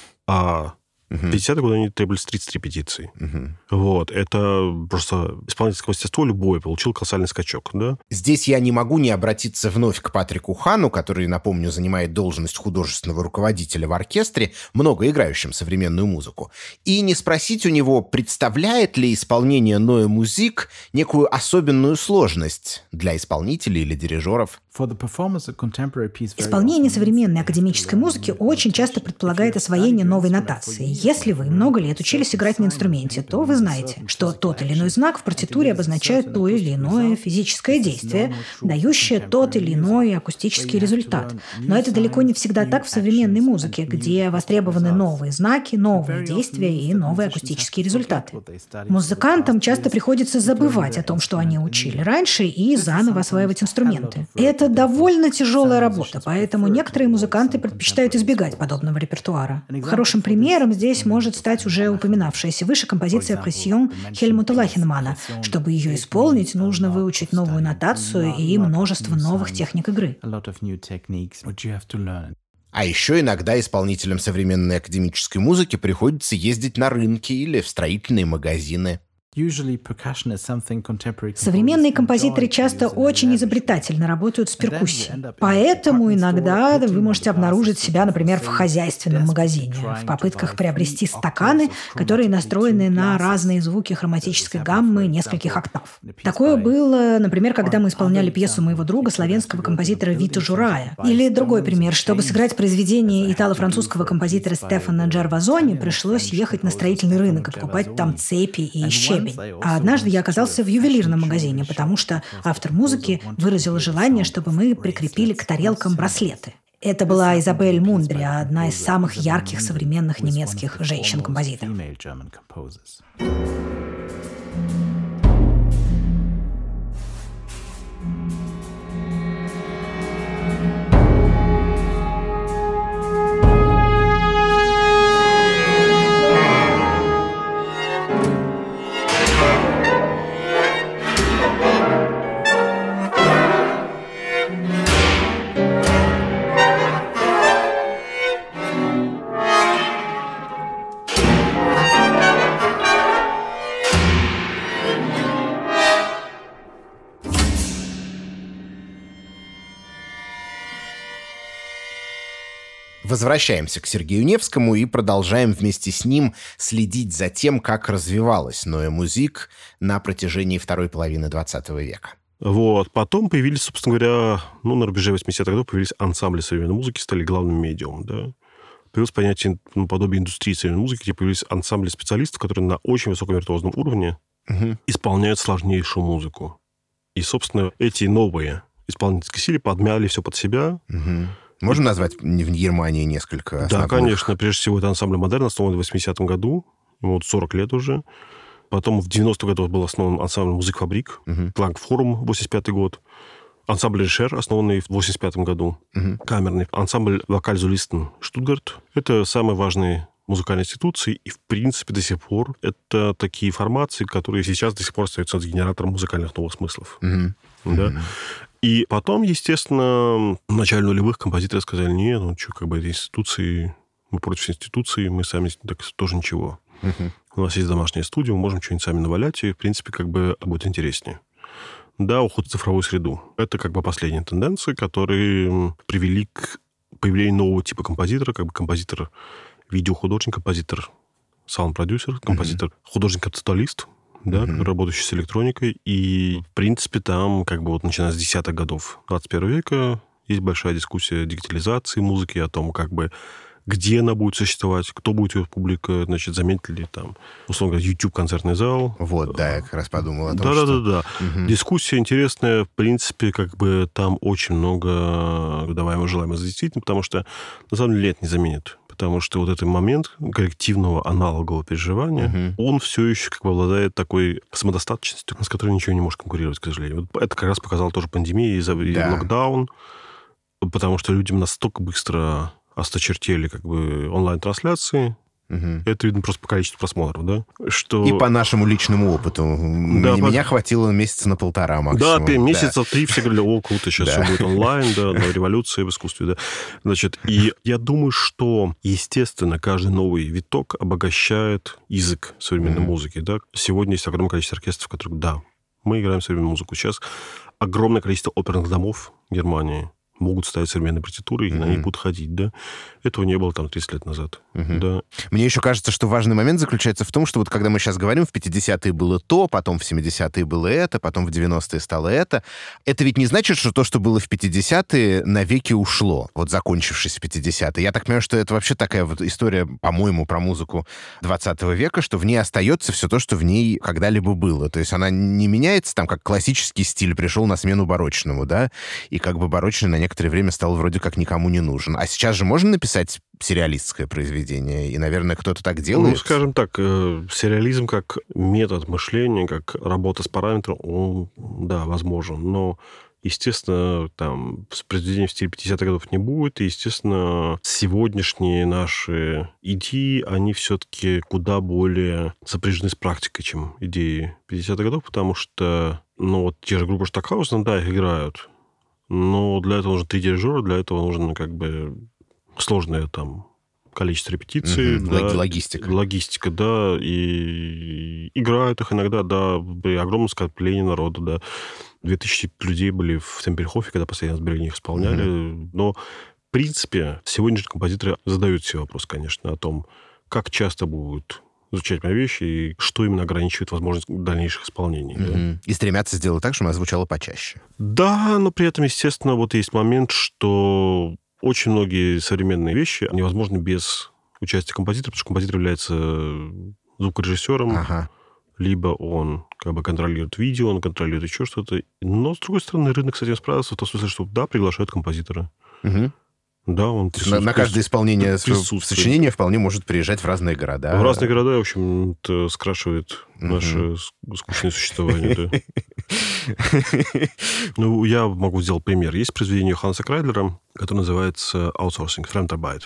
А в uh-huh. пятидесятые годы они требовались тридцать репетиций. Uh-huh. Вот. Это просто исполнительское мастерство любое получил колоссальный скачок. Да? Здесь я не могу не обратиться вновь к Патрику Хану, который, напомню, занимает должность художественного руководителя в оркестре, много играющем современную музыку, и не спросить у него, представляет ли исполнение Neue Musik некую особенную сложность для исполнителей или дирижеров. Исполнение современной академической музыки очень часто предполагает освоение новой нотации. Если вы много лет учились играть на инструменте, то вы знаете, что тот или иной знак в партитуре обозначает то или иное физическое действие, дающее тот или иной акустический результат. Но это далеко не всегда так в современной музыке, где востребованы новые знаки, новые действия и новые акустические результаты. Музыкантам часто приходится забывать о том, что они учили раньше, и заново осваивать инструменты. Это довольно тяжелая работа, поэтому некоторые музыканты предпочитают избегать подобного репертуара. Хорошим примером здесь может стать уже упоминавшаяся выше композиция «Прессион» Хельмута Лахенмана. Чтобы ее исполнить, нужно выучить новую нотацию и множество новых техник игры. А еще иногда исполнителям современной академической музыки приходится ездить на рынки или в строительные магазины. Современные композиторы часто очень изобретательно работают с перкуссией. Поэтому иногда вы можете обнаружить себя, например, в хозяйственном магазине, в попытках приобрести стаканы, которые настроены на разные звуки хроматической гаммы нескольких октав. Такое было, например, когда мы исполняли пьесу моего друга, славянского композитора Вита Журая. Или другой пример. Чтобы сыграть произведение итало-французского композитора Стефано Джервазони, пришлось ехать на строительный рынок и покупать там цепи и щебень. щебень. А однажды я оказался в ювелирном магазине, потому что автор музыки выразил желание, чтобы мы прикрепили к тарелкам браслеты. Это была Изабель Мундри, одна из самых ярких современных немецких женщин-композиторов. Возвращаемся к Сергею Невскому и продолжаем вместе с ним следить за тем, как развивалась Neue Musik на протяжении второй половины двадцатого века. Вот. Потом появились, собственно говоря, ну, на рубеже восьмидесятых годов появились ансамбли современной музыки, стали главным медиумом, да. Появилось понятие ну, подобие индустрии современной музыки, где появились ансамбли специалистов, которые на очень высоком виртуозном уровне угу. исполняют сложнейшую музыку. И, собственно, эти новые исполнительские силы подмяли все под себя. Угу. Можно назвать в Германии несколько основных? Да, конечно. Прежде всего, это ансамбль «Модерн», основан в восьмидесятом году. Ему вот сорок лет уже. Потом в девяностых годах был основан ансамбль «Музыкфабрик», uh-huh. «Клангфорум», восемьдесят пятый год. Ансамбль «Решер», основанный в восемьдесят пятом году. Uh-huh. Камерный. Ансамбль «Вокаль-Солистен» «Штутгарт». Это самые важные музыкальные институции, и, в принципе, до сих пор это такие формации, которые сейчас до сих пор остаются генератором музыкальных новых смыслов. Uh-huh. Да? Uh-huh. И потом, естественно, в начале нулевых композиторы сказали, нет, ну что, как бы эти институции, мы против институции, мы сами так тоже ничего. Uh-huh. У нас есть домашняя студия, мы можем что-нибудь сами навалять, и, в принципе, как бы будет интереснее. Да, уход в цифровую среду. Это как бы последние тенденции, которые привели к появлению нового типа композитора, как бы композитор видеохудожник, композитор саунд-продюсер, композитор uh-huh. художник-концептуалист, да, uh-huh. работающий с электроникой. И, в принципе, там, как бы вот начиная с десятых годов двадцать первого века, есть большая дискуссия о дигитализации музыки, о том, как бы, где она будет существовать, кто будет ее публика, значит, заметили ли там, условно говоря, YouTube-концертный зал. Вот, да, я как раз подумал о том, да, что... Да-да-да. Угу. Дискуссия интересная, в принципе, как бы там очень много выдаваемого желаемого за действительно, потому что, на самом деле, это не заменит. Потому что вот этот момент коллективного аналогового переживания, угу. он все еще как бы обладает такой самодостаточностью, с которой ничего не может конкурировать, к сожалению. Вот это как раз показала тоже пандемия и да. локдаун, потому что людям настолько быстро осточертели как бы онлайн-трансляции. Угу. Это видно просто по количеству просмотров, да? Что... И по нашему личному опыту. Да, Меня по... хватило месяца на полтора максимум. Да, месяца да. три все говорили, о, круто, сейчас да. все будет онлайн, да, революция в искусстве, да. Значит, и я думаю, что, естественно, каждый новый виток обогащает язык современной mm-hmm. музыки, да. Сегодня есть огромное количество оркестров, которые, да, мы играем современную музыку. Сейчас огромное количество оперных домов в Германии могут ставить современные партитуры, и mm-hmm. на них будут ходить, да. Этого не было там тридцать лет назад, mm-hmm. да. Мне еще кажется, что важный момент заключается в том, что вот когда мы сейчас говорим, в пятидесятые было то, потом в семидесятые было это, потом в девяностые стало это. Это ведь не значит, что то, что было в пятидесятые, навеки ушло, вот закончившись в пятидесятые. Я так понимаю, что это вообще такая вот история, по-моему, про музыку двадцатого века, что в ней остается все то, что в ней когда-либо было. То есть она не меняется, там, как классический стиль пришел на смену барочному, да, и как бы барочный на некоторое время стал вроде как никому не нужен. А сейчас же можно написать сюрреалистское произведение, и, наверное, кто-то так делает. Ну, скажем так, э, сюрреализм как метод мышления, как работа с параметром, он, да, возможен, но, естественно, там, произведений в стиле пятидесятых годов не будет, и, естественно, сегодняшние наши идеи, они все-таки куда более сопряжены с практикой, чем идеи пятидесятых годов, потому что, ну, вот те же группы Штокхаузена, да, их играют, но для этого нужно три дирижера, для этого нужно как бы сложное там количество репетиций. Mm-hmm. Да, логистика. Логистика, да. И играют их иногда, да, при огромном скоплении народа, да. Две тысячи людей были в Темпельхофе, когда последний раз в Берлине их исполняли. Mm-hmm. Но, в принципе, сегодняшние композиторы задают себе вопрос, конечно, о том, как часто будут изучать мои вещи и что именно ограничивает возможность дальнейших исполнений. Mm-hmm. Да? И стремятся сделать так, чтобы она звучала почаще. Да, но при этом, естественно, вот есть момент, что очень многие современные вещи невозможны без участия композитора, потому что композитор является звукорежиссером, ага. либо он как бы контролирует видео, он контролирует еще что-то. Но, с другой стороны, рынок с этим справился в том смысле, что да, приглашают композитора. Угу. Да, он на, на каждое исполнение сочинения вполне может приезжать в разные города. В разные города, в общем, скрашивает угу. наше скучное существование. Ну, я могу сделать пример. Есть произведение Ханса Крайдлера, которое называется «Outsourcing», «Fremdarbeit».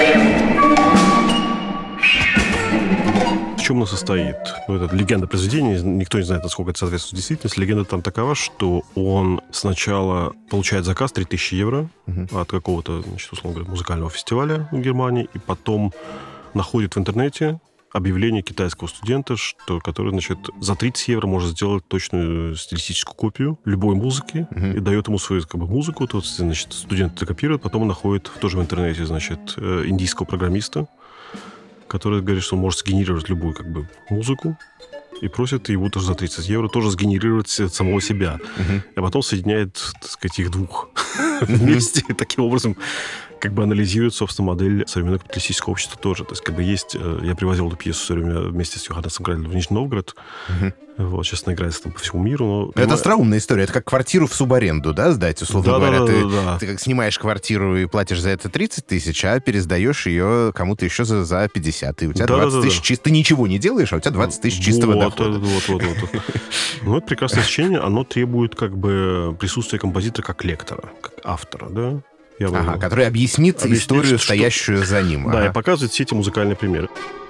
В чем оно состоит? Ну, это легенда произведения, никто не знает, насколько это соответствует действительности. Легенда там такова, что он сначала получает заказ три тысячи евро uh-huh. от какого-то, значит, условно говоря, музыкального фестиваля в Германии, и потом находит в интернете объявление китайского студента, что, который, значит, за тридцать евро может сделать точную стилистическую копию любой музыки uh-huh. и дает ему свою, как бы, музыку. Тот, значит, студент это копирует, потом он находит тоже в интернете, значит, индийского программиста, который говорит, что он может сгенерировать любую как бы музыку, и просит его тоже за тридцать евро тоже сгенерировать самого себя. Uh-huh. А потом соединяет, так сказать, их двух вместе. Таким образом, как бы анализирует, собственно, модель современного капиталистического общества тоже. То есть, как бы есть... Я привозил эту пьесу все время вместе с Йоханнесом Крайдлером в Нижний Новгород. Uh-huh. Вот, сейчас она играется там по всему миру. Но... Это понимаю... остроумная история. Это как квартиру в субаренду, да, сдать, условно да, говоря. Да, ты, да, да. ты как снимаешь квартиру и платишь за это тридцать тысяч, а пересдаешь ее кому-то еще за, за пятьдесят. И у тебя да, двадцать тысяч да. чисто. Ты ничего не делаешь, а у тебя двадцать тысяч чистого вот, дохода. Вот, вот, вот, вот. Ну, это прекрасное сочинение. Оно требует как бы присутствия композитора как лектора, как автора, да. Я ага, который объяснит, объяснит историю, что... стоящую за ним. Да, ага. и показывает все эти музыкальные примеры.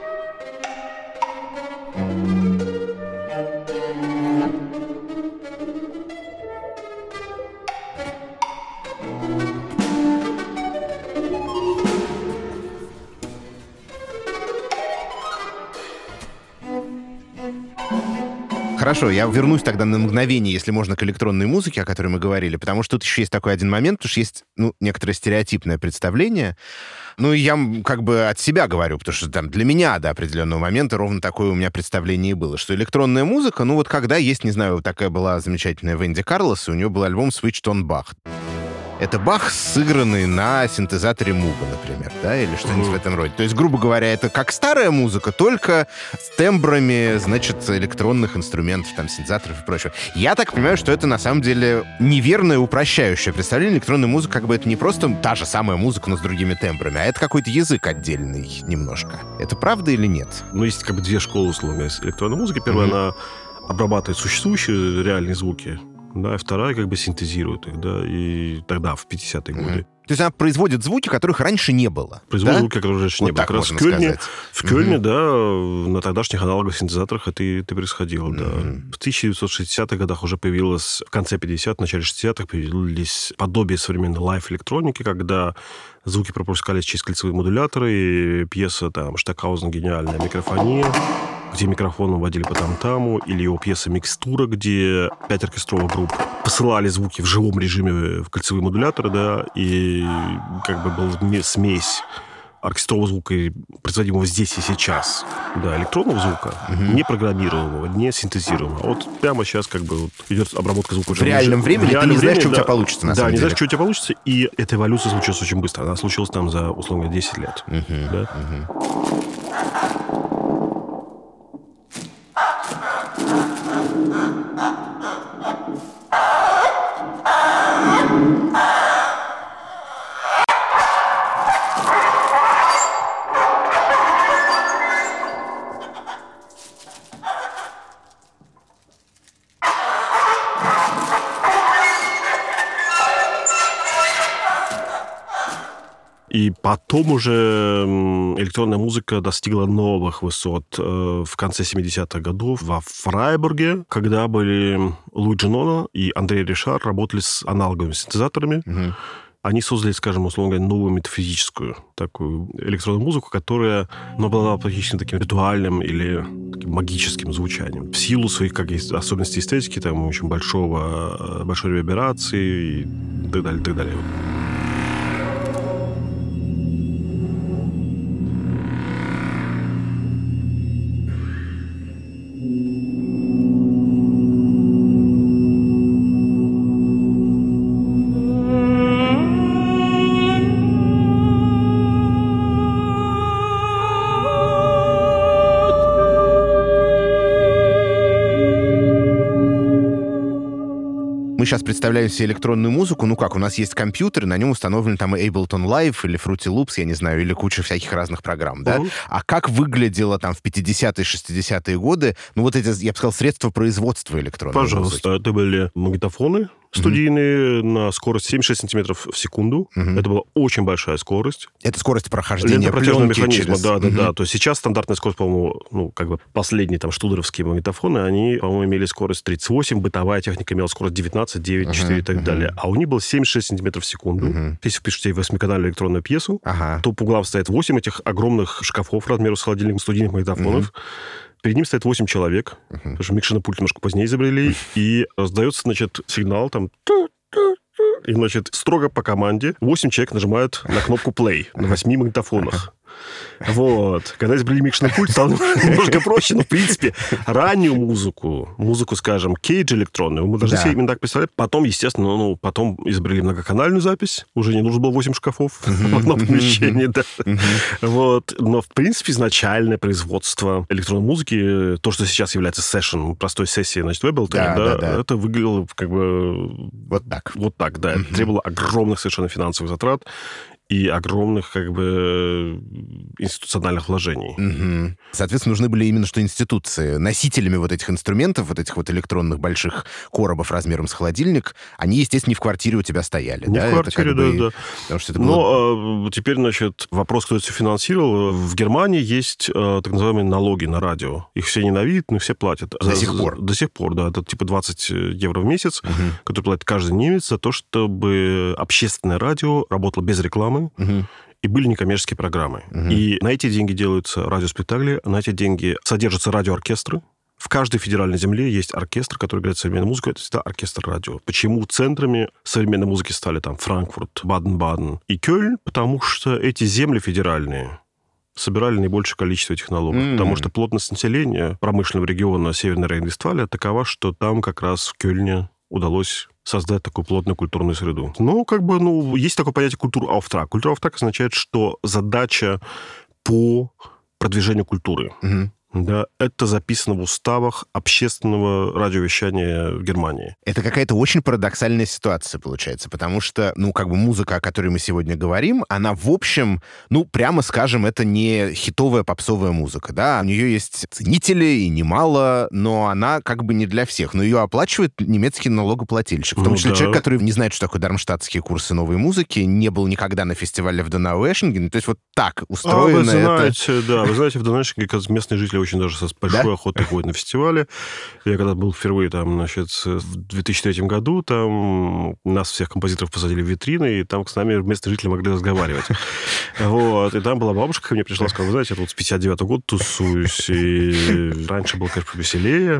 Хорошо, я вернусь тогда на мгновение, если можно, к электронной музыке, о которой мы говорили, потому что тут еще есть такой один момент, потому что есть, ну, некоторое стереотипное представление. Ну, и я как бы от себя говорю, потому что там для меня до определенного момента ровно такое у меня представление и было, что электронная музыка, ну, вот когда есть, не знаю, такая была замечательная Венди Карлос, и у нее был альбом «Switched on Bach». Это Бах, сыгранный на синтезаторе Муга, например, да, или что-нибудь mm. в этом роде. То есть, грубо говоря, это как старая музыка, только с тембрами, значит, электронных инструментов, там, синтезаторов и прочего. Я так понимаю, что это, на самом деле, неверное упрощающее представление. Электронная музыка, как бы, это не просто та же самая музыка, но с другими тембрами, а это какой-то язык отдельный немножко. Это правда или нет? Ну, есть, как бы, две школы, условно, электронной музыки. Первая, mm-hmm. она обрабатывает существующие реальные звуки, да, и вторая как бы синтезирует их, да, и тогда, в пятидесятые годы. Mm-hmm. То есть она производит звуки, которых раньше не было. Производит да? звуки, которых раньше вот не было. Как раз в Кёльне, в Кёльне, mm-hmm. да, на тогдашних аналоговых синтезаторах это и, это происходило, mm-hmm. да. В тысяча девятьсот шестидесятых годах уже появилось, в конце пятидесятых, в начале шестидесятых появились подобие современной лайв-электроники, когда звуки пропускались через кольцевые модуляторы, и пьеса там Штокхаузен «Гениальная микрофония», где микрофоном водили по там-таму, или его пьеса «Микстура», где пять оркестровых групп посылали звуки в живом режиме в кольцевые модуляторы, да, и как бы была смесь оркестрового звука, производимого здесь и сейчас, да, электронного звука, угу. не программируемого, не синтезируемого. А вот прямо сейчас как бы вот идет обработка звука. В реальном уже, времени в реальном ты не знаешь, времени, что да, у тебя получится, на да, самом не деле. знаешь, что у тебя получится, и эта эволюция случилась очень быстро. Она случилась там за, условно говоря, десять лет. Угу. Да? Угу. И потом уже электронная музыка достигла новых высот в конце семидесятых годов во Фрайбурге, когда были Луиджи Ноно и Андрей Ришар работали с аналоговыми синтезаторами. Угу. Они создали, скажем, условно говоря, новую метафизическую такую электронную музыку, которая ну, была практически таким ритуальным или таким магическим звучанием. В силу своих как есть, особенностей эстетики, там очень большого, большой реверберации и так далее, так далее. мы сейчас представляем себе электронную музыку, ну как, у нас есть компьютер, на нем установлен там Ableton Live или Fruity Loops, я не знаю, или куча всяких разных программ, да? Uh-huh. А как выглядело там в пятидесятые, шестидесятые годы, ну вот эти, я бы сказал, средства производства электронной Пожалуйста, музыки? Пожалуйста, это были магнитофоны студийные mm-hmm. на скорость семьдесят шесть сантиметров в секунду. Mm-hmm. Это была очень большая скорость. Это скорость прохождения пленки механизма, через... да, да, mm-hmm. да. То есть сейчас стандартная скорость, по-моему, ну, как бы последние там штудеровские магнитофоны, они, по-моему, имели скорость тридцать восемь, бытовая техника имела скорость девятнадцать, девять, четыре mm-hmm. и так mm-hmm. далее. А у них было семьдесят шесть сантиметров в секунду. Mm-hmm. Если вы пишете восьмиканальную электронную пьесу, uh-huh. то по углам стоят восемь этих огромных шкафов размером с холодильником студийных магнитофонов. Mm-hmm. Перед ним стоит восемь человек, uh-huh. потому что микшерный пульт немножко позднее изобрели, и раздается, значит, сигнал там... И, значит, строго по команде восемь человек нажимают на кнопку play на восьми магнитофонах. Вот. Когда изобрели микшерный пульт, стало немножко проще, но, в принципе, раннюю музыку, музыку, скажем, кейдж электронную, мы должны да. себе именно так представлять. Потом, естественно, ну, потом изобрели многоканальную запись, уже не нужно было восемь шкафов в одном помещении, да. Вот. Но, в принципе, изначальное производство электронной музыки, то, что сейчас является сессион, простой сессией, значит, в Ableton, да, да, да, это выглядело как бы... Вот так. Вот так, да. Это требовало огромных совершенно финансовых затрат и огромных, как бы, институциональных вложений. Угу. Соответственно, нужны были именно что институции. Носителями вот этих инструментов, вот этих вот электронных больших коробов размером с холодильник, они, естественно, не в квартире у тебя стояли. Не да? в квартире, да, бы... да. Потому что это было... Но а, теперь, значит, вопрос, кто это все финансировал. В Германии есть а, так называемые налоги на радио. Их все ненавидят, но их все платят. До за, сих пор? До сих пор, да. Это типа двадцать евро в месяц, угу. который платит каждый немец за то, чтобы общественное радио работало без рекламы, Угу. и были некоммерческие программы. Угу. И на эти деньги делаются радиоспектакли, на эти деньги содержатся радиооркестры. В каждой федеральной земле есть оркестр, который играет современную музыку. Это всегда оркестр радио. Почему центрами современной музыки стали там Франкфурт, Баден-Баден и Кёльн? Потому что эти земли федеральные собирали наибольшее количество этих налогов. Mm. Потому что плотность населения промышленного региона Северной Рейн-Вестфалии такова, что там как раз в Кёльне удалось создать такую плотную культурную среду. Ну, как бы, ну, есть такое понятие культура ауфтраг. Культура ауфтраг означает, что задача по продвижению культуры. Mm-hmm. Да, это записано в уставах общественного радиовещания в Германии. Это какая-то очень парадоксальная ситуация получается, потому что, ну, как бы музыка, о которой мы сегодня говорим, она, в общем, ну, прямо скажем, это не хитовая попсовая музыка, да, у нее есть ценители, и немало, но она как бы не для всех, но ее оплачивает немецкий налогоплательщик, в том ну, числе да. человек, который не знает, что такое дармштадтские курсы новой музыки, не был никогда на фестивале в Донау-Эшинген, то есть вот так устроено а, вы знаете, это... Да, вы знаете, в Донау-Эшингене местные жители очень даже со большой да? охотой ходят на фестивале. Я когда был впервые там, значит, в две тысячи третьем году, там нас всех композиторов посадили в витрины, и там с нами местные жители могли разговаривать. Вот. И там была бабушка, ко мне пришла, сказала, вы знаете, я тут с пятьдесят девятого года тусуюсь, и раньше было, конечно, повеселее.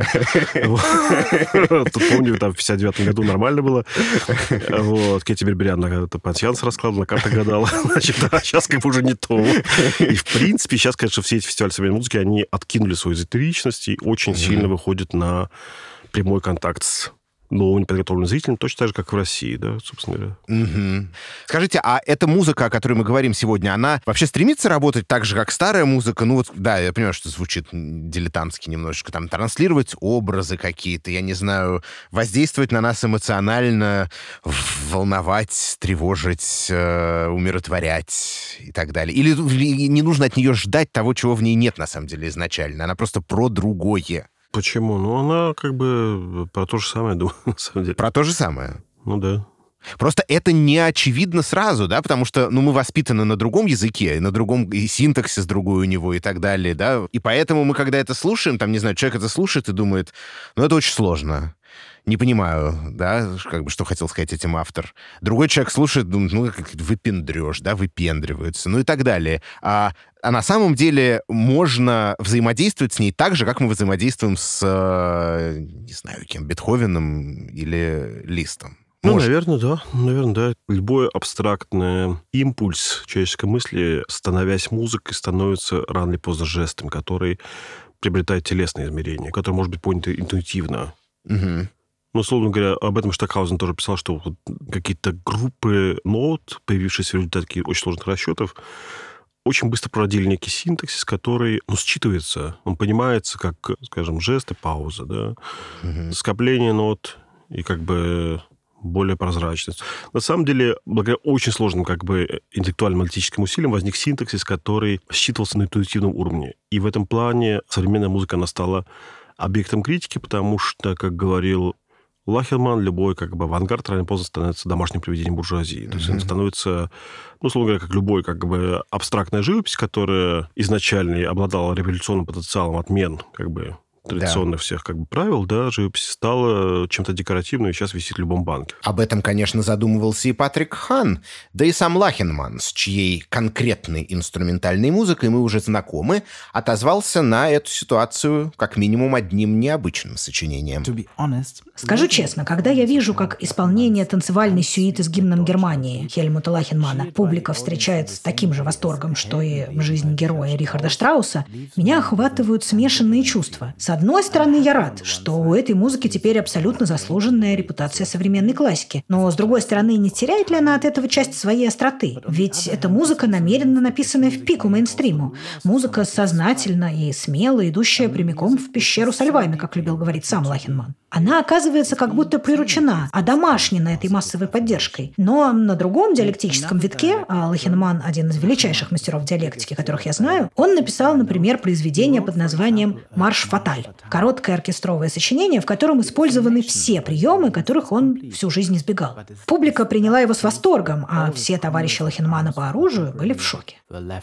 Тут, помню, там в пятьдесят девятом году нормально было. Вот. Кэти Берберян на пансьянс раскладывала, на картах гадала. Значит, а сейчас как бы уже не то. И, в принципе, сейчас, конечно, все эти фестивали современной музыки, они откинули свою эзотеричность и очень mm-hmm. сильно выходят на прямой контакт с новым неподготовленным зрителем, точно так же, как в России, да, собственно говоря. Mm-hmm. Скажите, а эта музыка, о которой мы говорим сегодня, она вообще стремится работать так же, как старая музыка? Ну вот, да, я понимаю, что звучит дилетантски немножечко, там, транслировать образы какие-то, я не знаю, воздействовать на нас эмоционально, волновать, тревожить, э, умиротворять и так далее. Или не нужно от нее ждать того, чего в ней нет, на самом деле, изначально? Она просто про другое. Почему? Ну, она как бы про то же самое, думаю, на самом деле. Про то же самое? Ну, да. Просто это не очевидно сразу, да, потому что, ну, мы воспитаны на другом языке, на другом и синтаксис другой у него и так далее, да, и поэтому мы, когда это слушаем, там, не знаю, человек это слушает и думает, ну, это очень сложно. Не понимаю, да, как бы, что хотел сказать этим автор. Другой человек слушает, думает, ну, как выпендрёшь, да, выпендриваются, ну и так далее. А, а на самом деле можно взаимодействовать с ней так же, как мы взаимодействуем с, не знаю, кем, Бетховеном или Листом. Ну, Может. наверное, да. Наверное, да. Любой абстрактный импульс человеческой мысли, становясь музыкой, становится рано или поздно жестом, который приобретает телесное измерение, которое может быть понято интуитивно. Угу. Ну, условно говоря, об этом Штокхаузен тоже писал, что вот какие-то группы нот, появившиеся в результате очень сложных расчетов, очень быстро породили некий синтаксис, который, ну, считывается, он понимается как, скажем, жесты, пауза, да, угу. скопление нот и как бы более прозрачность. На самом деле, благодаря очень сложным как бы интеллектуальным аналитическим усилиям возник синтаксис, который считывался на интуитивном уровне. И в этом плане современная музыка, она стала объектом критики, потому что, как говорил Лахенман, любой как бы авангард рано или поздно становится домашним привидением буржуазии. Mm-hmm. То есть он становится, ну, условно говоря, как любой как бы абстрактная живопись, которая изначально обладала революционным потенциалом отмен как бы традиционных да. всех как бы правил, да, живопись стала чем-то декоративным и сейчас висит в любом банке. Об этом, конечно, задумывался и Патрик Хан, да и сам Лахенман, с чьей конкретной инструментальной музыкой мы уже знакомы, отозвался на эту ситуацию как минимум одним необычным сочинением. Скажу честно, когда я вижу, как исполнение танцевальной сюиты с гимном Германии Хельмута Лахенмана публика встречает с таким же восторгом, что и жизнь героя Рихарда Штрауса, меня охватывают смешанные чувства. С одной стороны, я рад, что у этой музыки теперь абсолютно заслуженная репутация современной классики. Но, с другой стороны, не теряет ли она от этого часть своей остроты? Ведь эта музыка намеренно написанная в пику мейнстриму. Музыка сознательно и смело идущая прямиком в пещеру со львами, как любил говорить сам Лахенман. Она оказывается как будто приручена, одомашнена этой массовой поддержкой. Но на другом диалектическом витке, а Лахенман – один из величайших мастеров диалектики, которых я знаю, он написал, например, произведение под названием «Марш Фаталь». Короткое оркестровое сочинение, в котором использованы все приемы, которых он всю жизнь избегал. Публика приняла его с восторгом, а все товарищи Лахенмана по оружию были в шоке.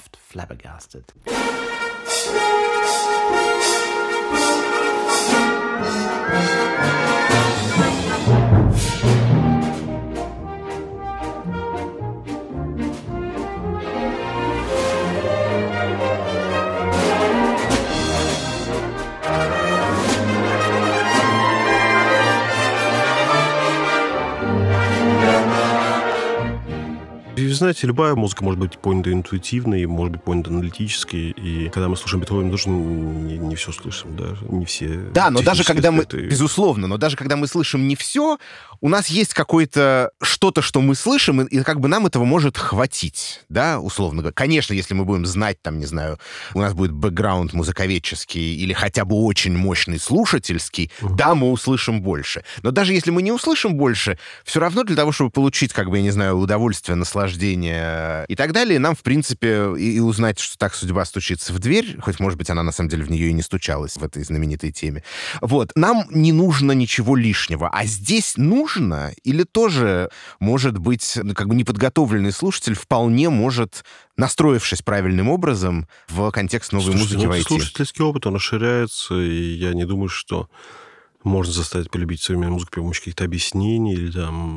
Вы знаете, любая музыка может быть понята интуитивной, может быть понята аналитически, и когда мы слушаем Бетховена, мы тоже не, не все слышим, да, не все. Да, но даже когда мы, аспекты. безусловно, но даже когда мы слышим не все, у нас есть какое-то что-то, что мы слышим, и, и как бы нам этого может хватить, да, условно говоря. Конечно, если мы будем знать, там, не знаю, у нас будет бэкграунд музыковедческий или хотя бы очень мощный слушательский, uh-huh. да, мы услышим больше. Но даже если мы не услышим больше, все равно для того, чтобы получить, как бы, я не знаю, удовольствие, наслаждение и так далее, нам, в принципе, и, и узнать, что так судьба стучится в дверь, хоть, может быть, она на самом деле в нее и не стучалась в этой знаменитой теме. Вот. Нам не нужно ничего лишнего. А здесь нужно или тоже, может быть, как бы неподготовленный слушатель вполне может, настроившись правильным образом, в контекст новой Слушайте, музыки ну, войти. Слушательский опыт, он расширяется, и я не думаю, что можно заставить полюбить современную музыку при помощи каких-то объяснений или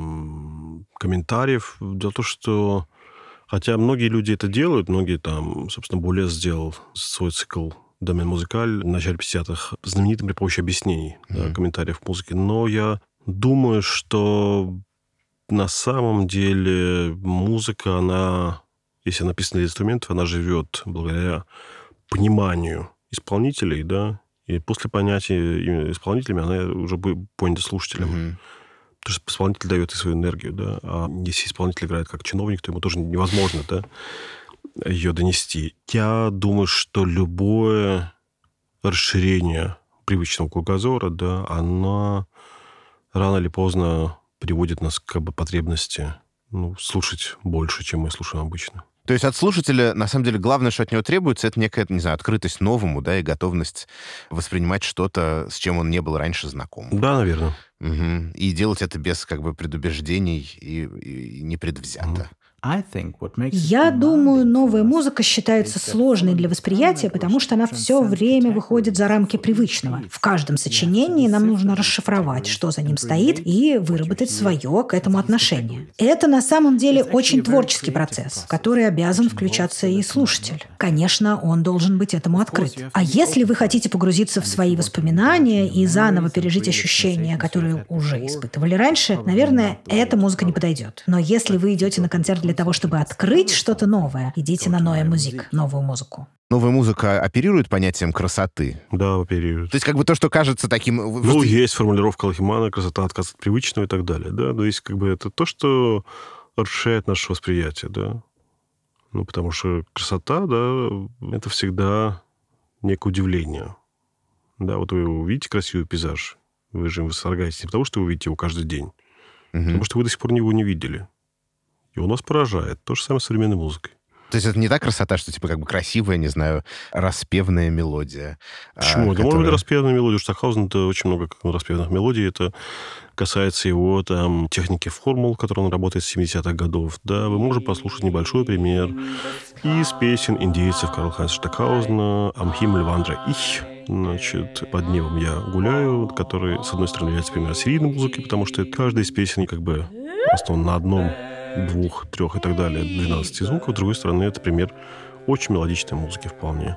там комментариев. Дело в том, что хотя многие люди это делают, многие там, собственно, Буле сделал свой цикл «Домен музыкаль» в начале пятидесятых знаменитым при помощи объяснений, mm-hmm. да, комментариев к музыке. Но я думаю, что на самом деле музыка, она, если написана для инструментов, она живет благодаря пониманию исполнителей, да, и после понятия исполнителями она уже будет понята слушателем. Mm-hmm. Потому что исполнитель дает и свою энергию, да. А если исполнитель играет как чиновник, то ему тоже невозможно, да, ее донести. Я думаю, что любое расширение привычного кругозора, да, оно рано или поздно приводит нас к как бы, потребности, ну, слушать больше, чем мы слушаем обычно. То есть от слушателя, на самом деле, главное, что от него требуется, это некая, не знаю, открытость новому, да, и готовность воспринимать что-то, с чем он не был раньше знаком. Да, наверное. Угу. И делать это без, как бы, предубеждений и, и непредвзято. Угу. Я думаю, новая музыка считается сложной для восприятия, потому что она все время выходит за рамки привычного. В каждом сочинении нам нужно расшифровать, что за ним стоит, и выработать свое к этому отношение. Это на самом деле очень творческий процесс, в который обязан включаться и слушатель. Конечно, он должен быть этому открыт. А если вы хотите погрузиться в свои воспоминания и заново пережить ощущения, которые уже испытывали раньше, наверное, эта музыка не подойдет. Но если вы идете на концерт для того, чтобы открыть что-то новое, идите на Neue Musik, новую музыку. Новая музыка оперирует понятием красоты? Да, оперирует. То есть как бы то, что кажется таким... Ну, есть формулировка Лахенмана, красота, отказ от привычного и так далее, да. То есть как бы это то, что расширяет наше восприятие, да. Ну, потому что красота, да, это всегда некое удивление. Да, вот вы увидите красивый пейзаж, вы же восторгаетесь не потому, что вы увидите его каждый день, Угу. Потому что вы до сих пор его не видели. И он нас поражает. То же самое с современной музыкой. То есть это не та красота, что типа как бы красивая, не знаю, распевная мелодия. Почему? А, это которая... может быть распевная мелодия. У Стокхаузена это очень много распевных мелодий. Это касается его там техники формул, которой он работает с семидесятых годов. Да, вы можете послушать небольшой пример из песен индейцев Карла Хайнца Стокхаузена «Am Himmel wandre ich». Значит, «Под небом я гуляю», который, с одной стороны, является примером серийной музыки, потому что каждая из песен как бы основана на одном, двух, трех и так далее, двенадцати звуков. С другой стороны, это пример очень мелодичной музыки вполне.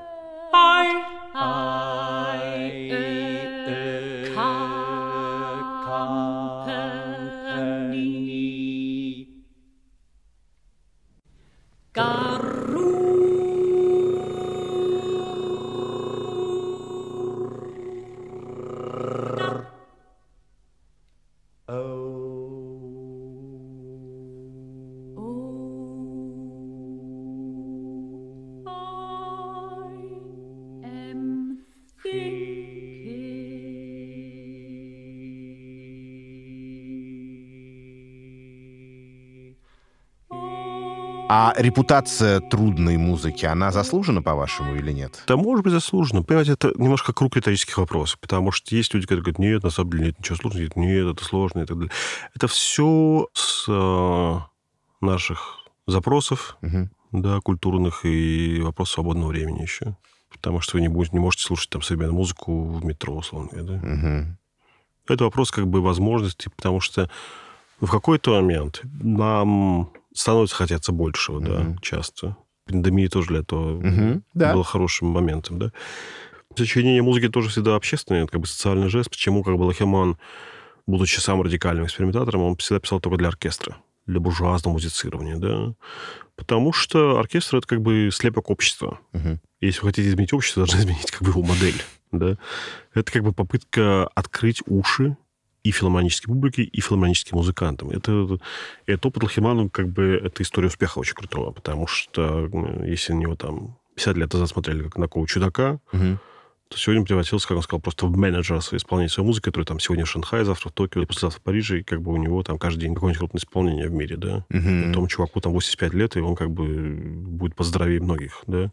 А репутация трудной музыки, она заслужена, по-вашему, или нет? Да, может быть, заслужена. Понимаете, это немножко круг риторических вопросов, потому что есть люди, которые говорят, нет, на самом деле нет ничего сложного, нет, это сложно и так далее. Это все с э, наших запросов, угу. да, культурных и вопросов свободного времени еще. Потому что вы не, будете, не можете слушать там современную музыку в метро, условно говоря, да? Угу. Это вопрос как бы возможности, потому что в какой-то момент нам становится хотеться большего, mm-hmm. да, часто. Пандемия тоже для этого mm-hmm. да. была хорошим моментом, да. Сочинение музыки тоже всегда общественное, это как бы социальный жест. Почему как бы Лахиман, будучи самым радикальным экспериментатором, он всегда писал только для оркестра, для буржуазного музицирования, да. Потому что оркестр — это как бы слепок общества. Mm-hmm. Если вы хотите изменить общество, должны изменить как бы его модель, да. Это как бы попытка открыть уши и филармонической публике, и филармоническим музыкантам. Это, это опыт Лахимана, как бы, это история успеха очень крутого, потому что если на него там пятьдесят лет назад смотрели как на какого чудака, угу. то сегодня превратился, как он сказал, просто в менеджера исполнения своей музыки, который там сегодня в Шанхае, завтра в Токио, послезавтра в Париже, и как бы у него там каждый день какое-нибудь крупное исполнение в мире, да. Угу. Тому чуваку там восемьдесят пять лет, и он как бы будет поздоровее многих, да.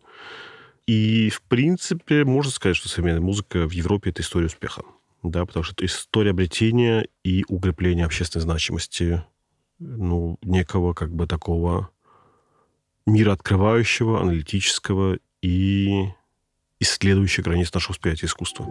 И, в принципе, можно сказать, что современная музыка в Европе — это история успеха. Да, потому что это история обретения и укрепления общественной значимости, ну, некого как бы такого мира открывающего, аналитического и исследующего границ нашего восприятия искусства.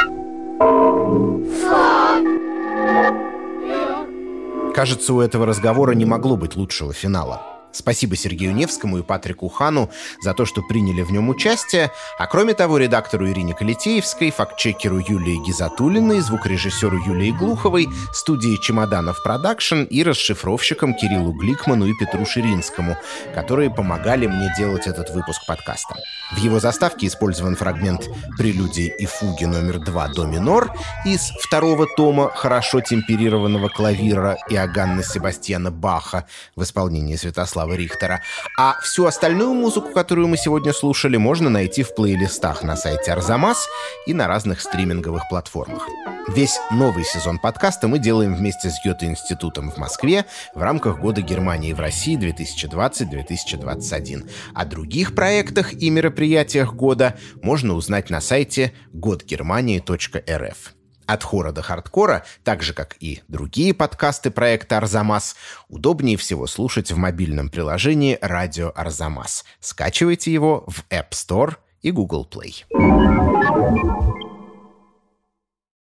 Кажется, у этого разговора не могло быть лучшего финала. Спасибо Сергею Невскому и Патрику Хану за то, что приняли в нем участие, а кроме того, редактору Ирине Калитеевской, фактчекеру Юлии Гизатуллиной, звукорежиссеру Юлии Глуховой, студии «Чемоданов Продакшн» и расшифровщикам Кириллу Гликману и Петру Ширинскому, которые помогали мне делать этот выпуск подкаста. В его заставке использован фрагмент прелюдии и фуги номер два до минор из второго тома хорошо темперированного клавира Иоганна Себастьяна Баха в исполнении Святослава Рихтера. А всю остальную музыку, которую мы сегодня слушали, можно найти в плейлистах на сайте Арзамас и на разных стриминговых платформах. Весь новый сезон подкаста мы делаем вместе с Гёте-институтом в Москве в рамках Года Германии в России две тысячи двадцать - две тысячи двадцать один. О других проектах и мероприятиях года можно узнать на сайте годгермании точка эр эф. От хора до хардкора, так же, как и другие подкасты проекта «Арзамас», удобнее всего слушать в мобильном приложении «Радио Арзамас». Скачивайте его в App Store и Google Play.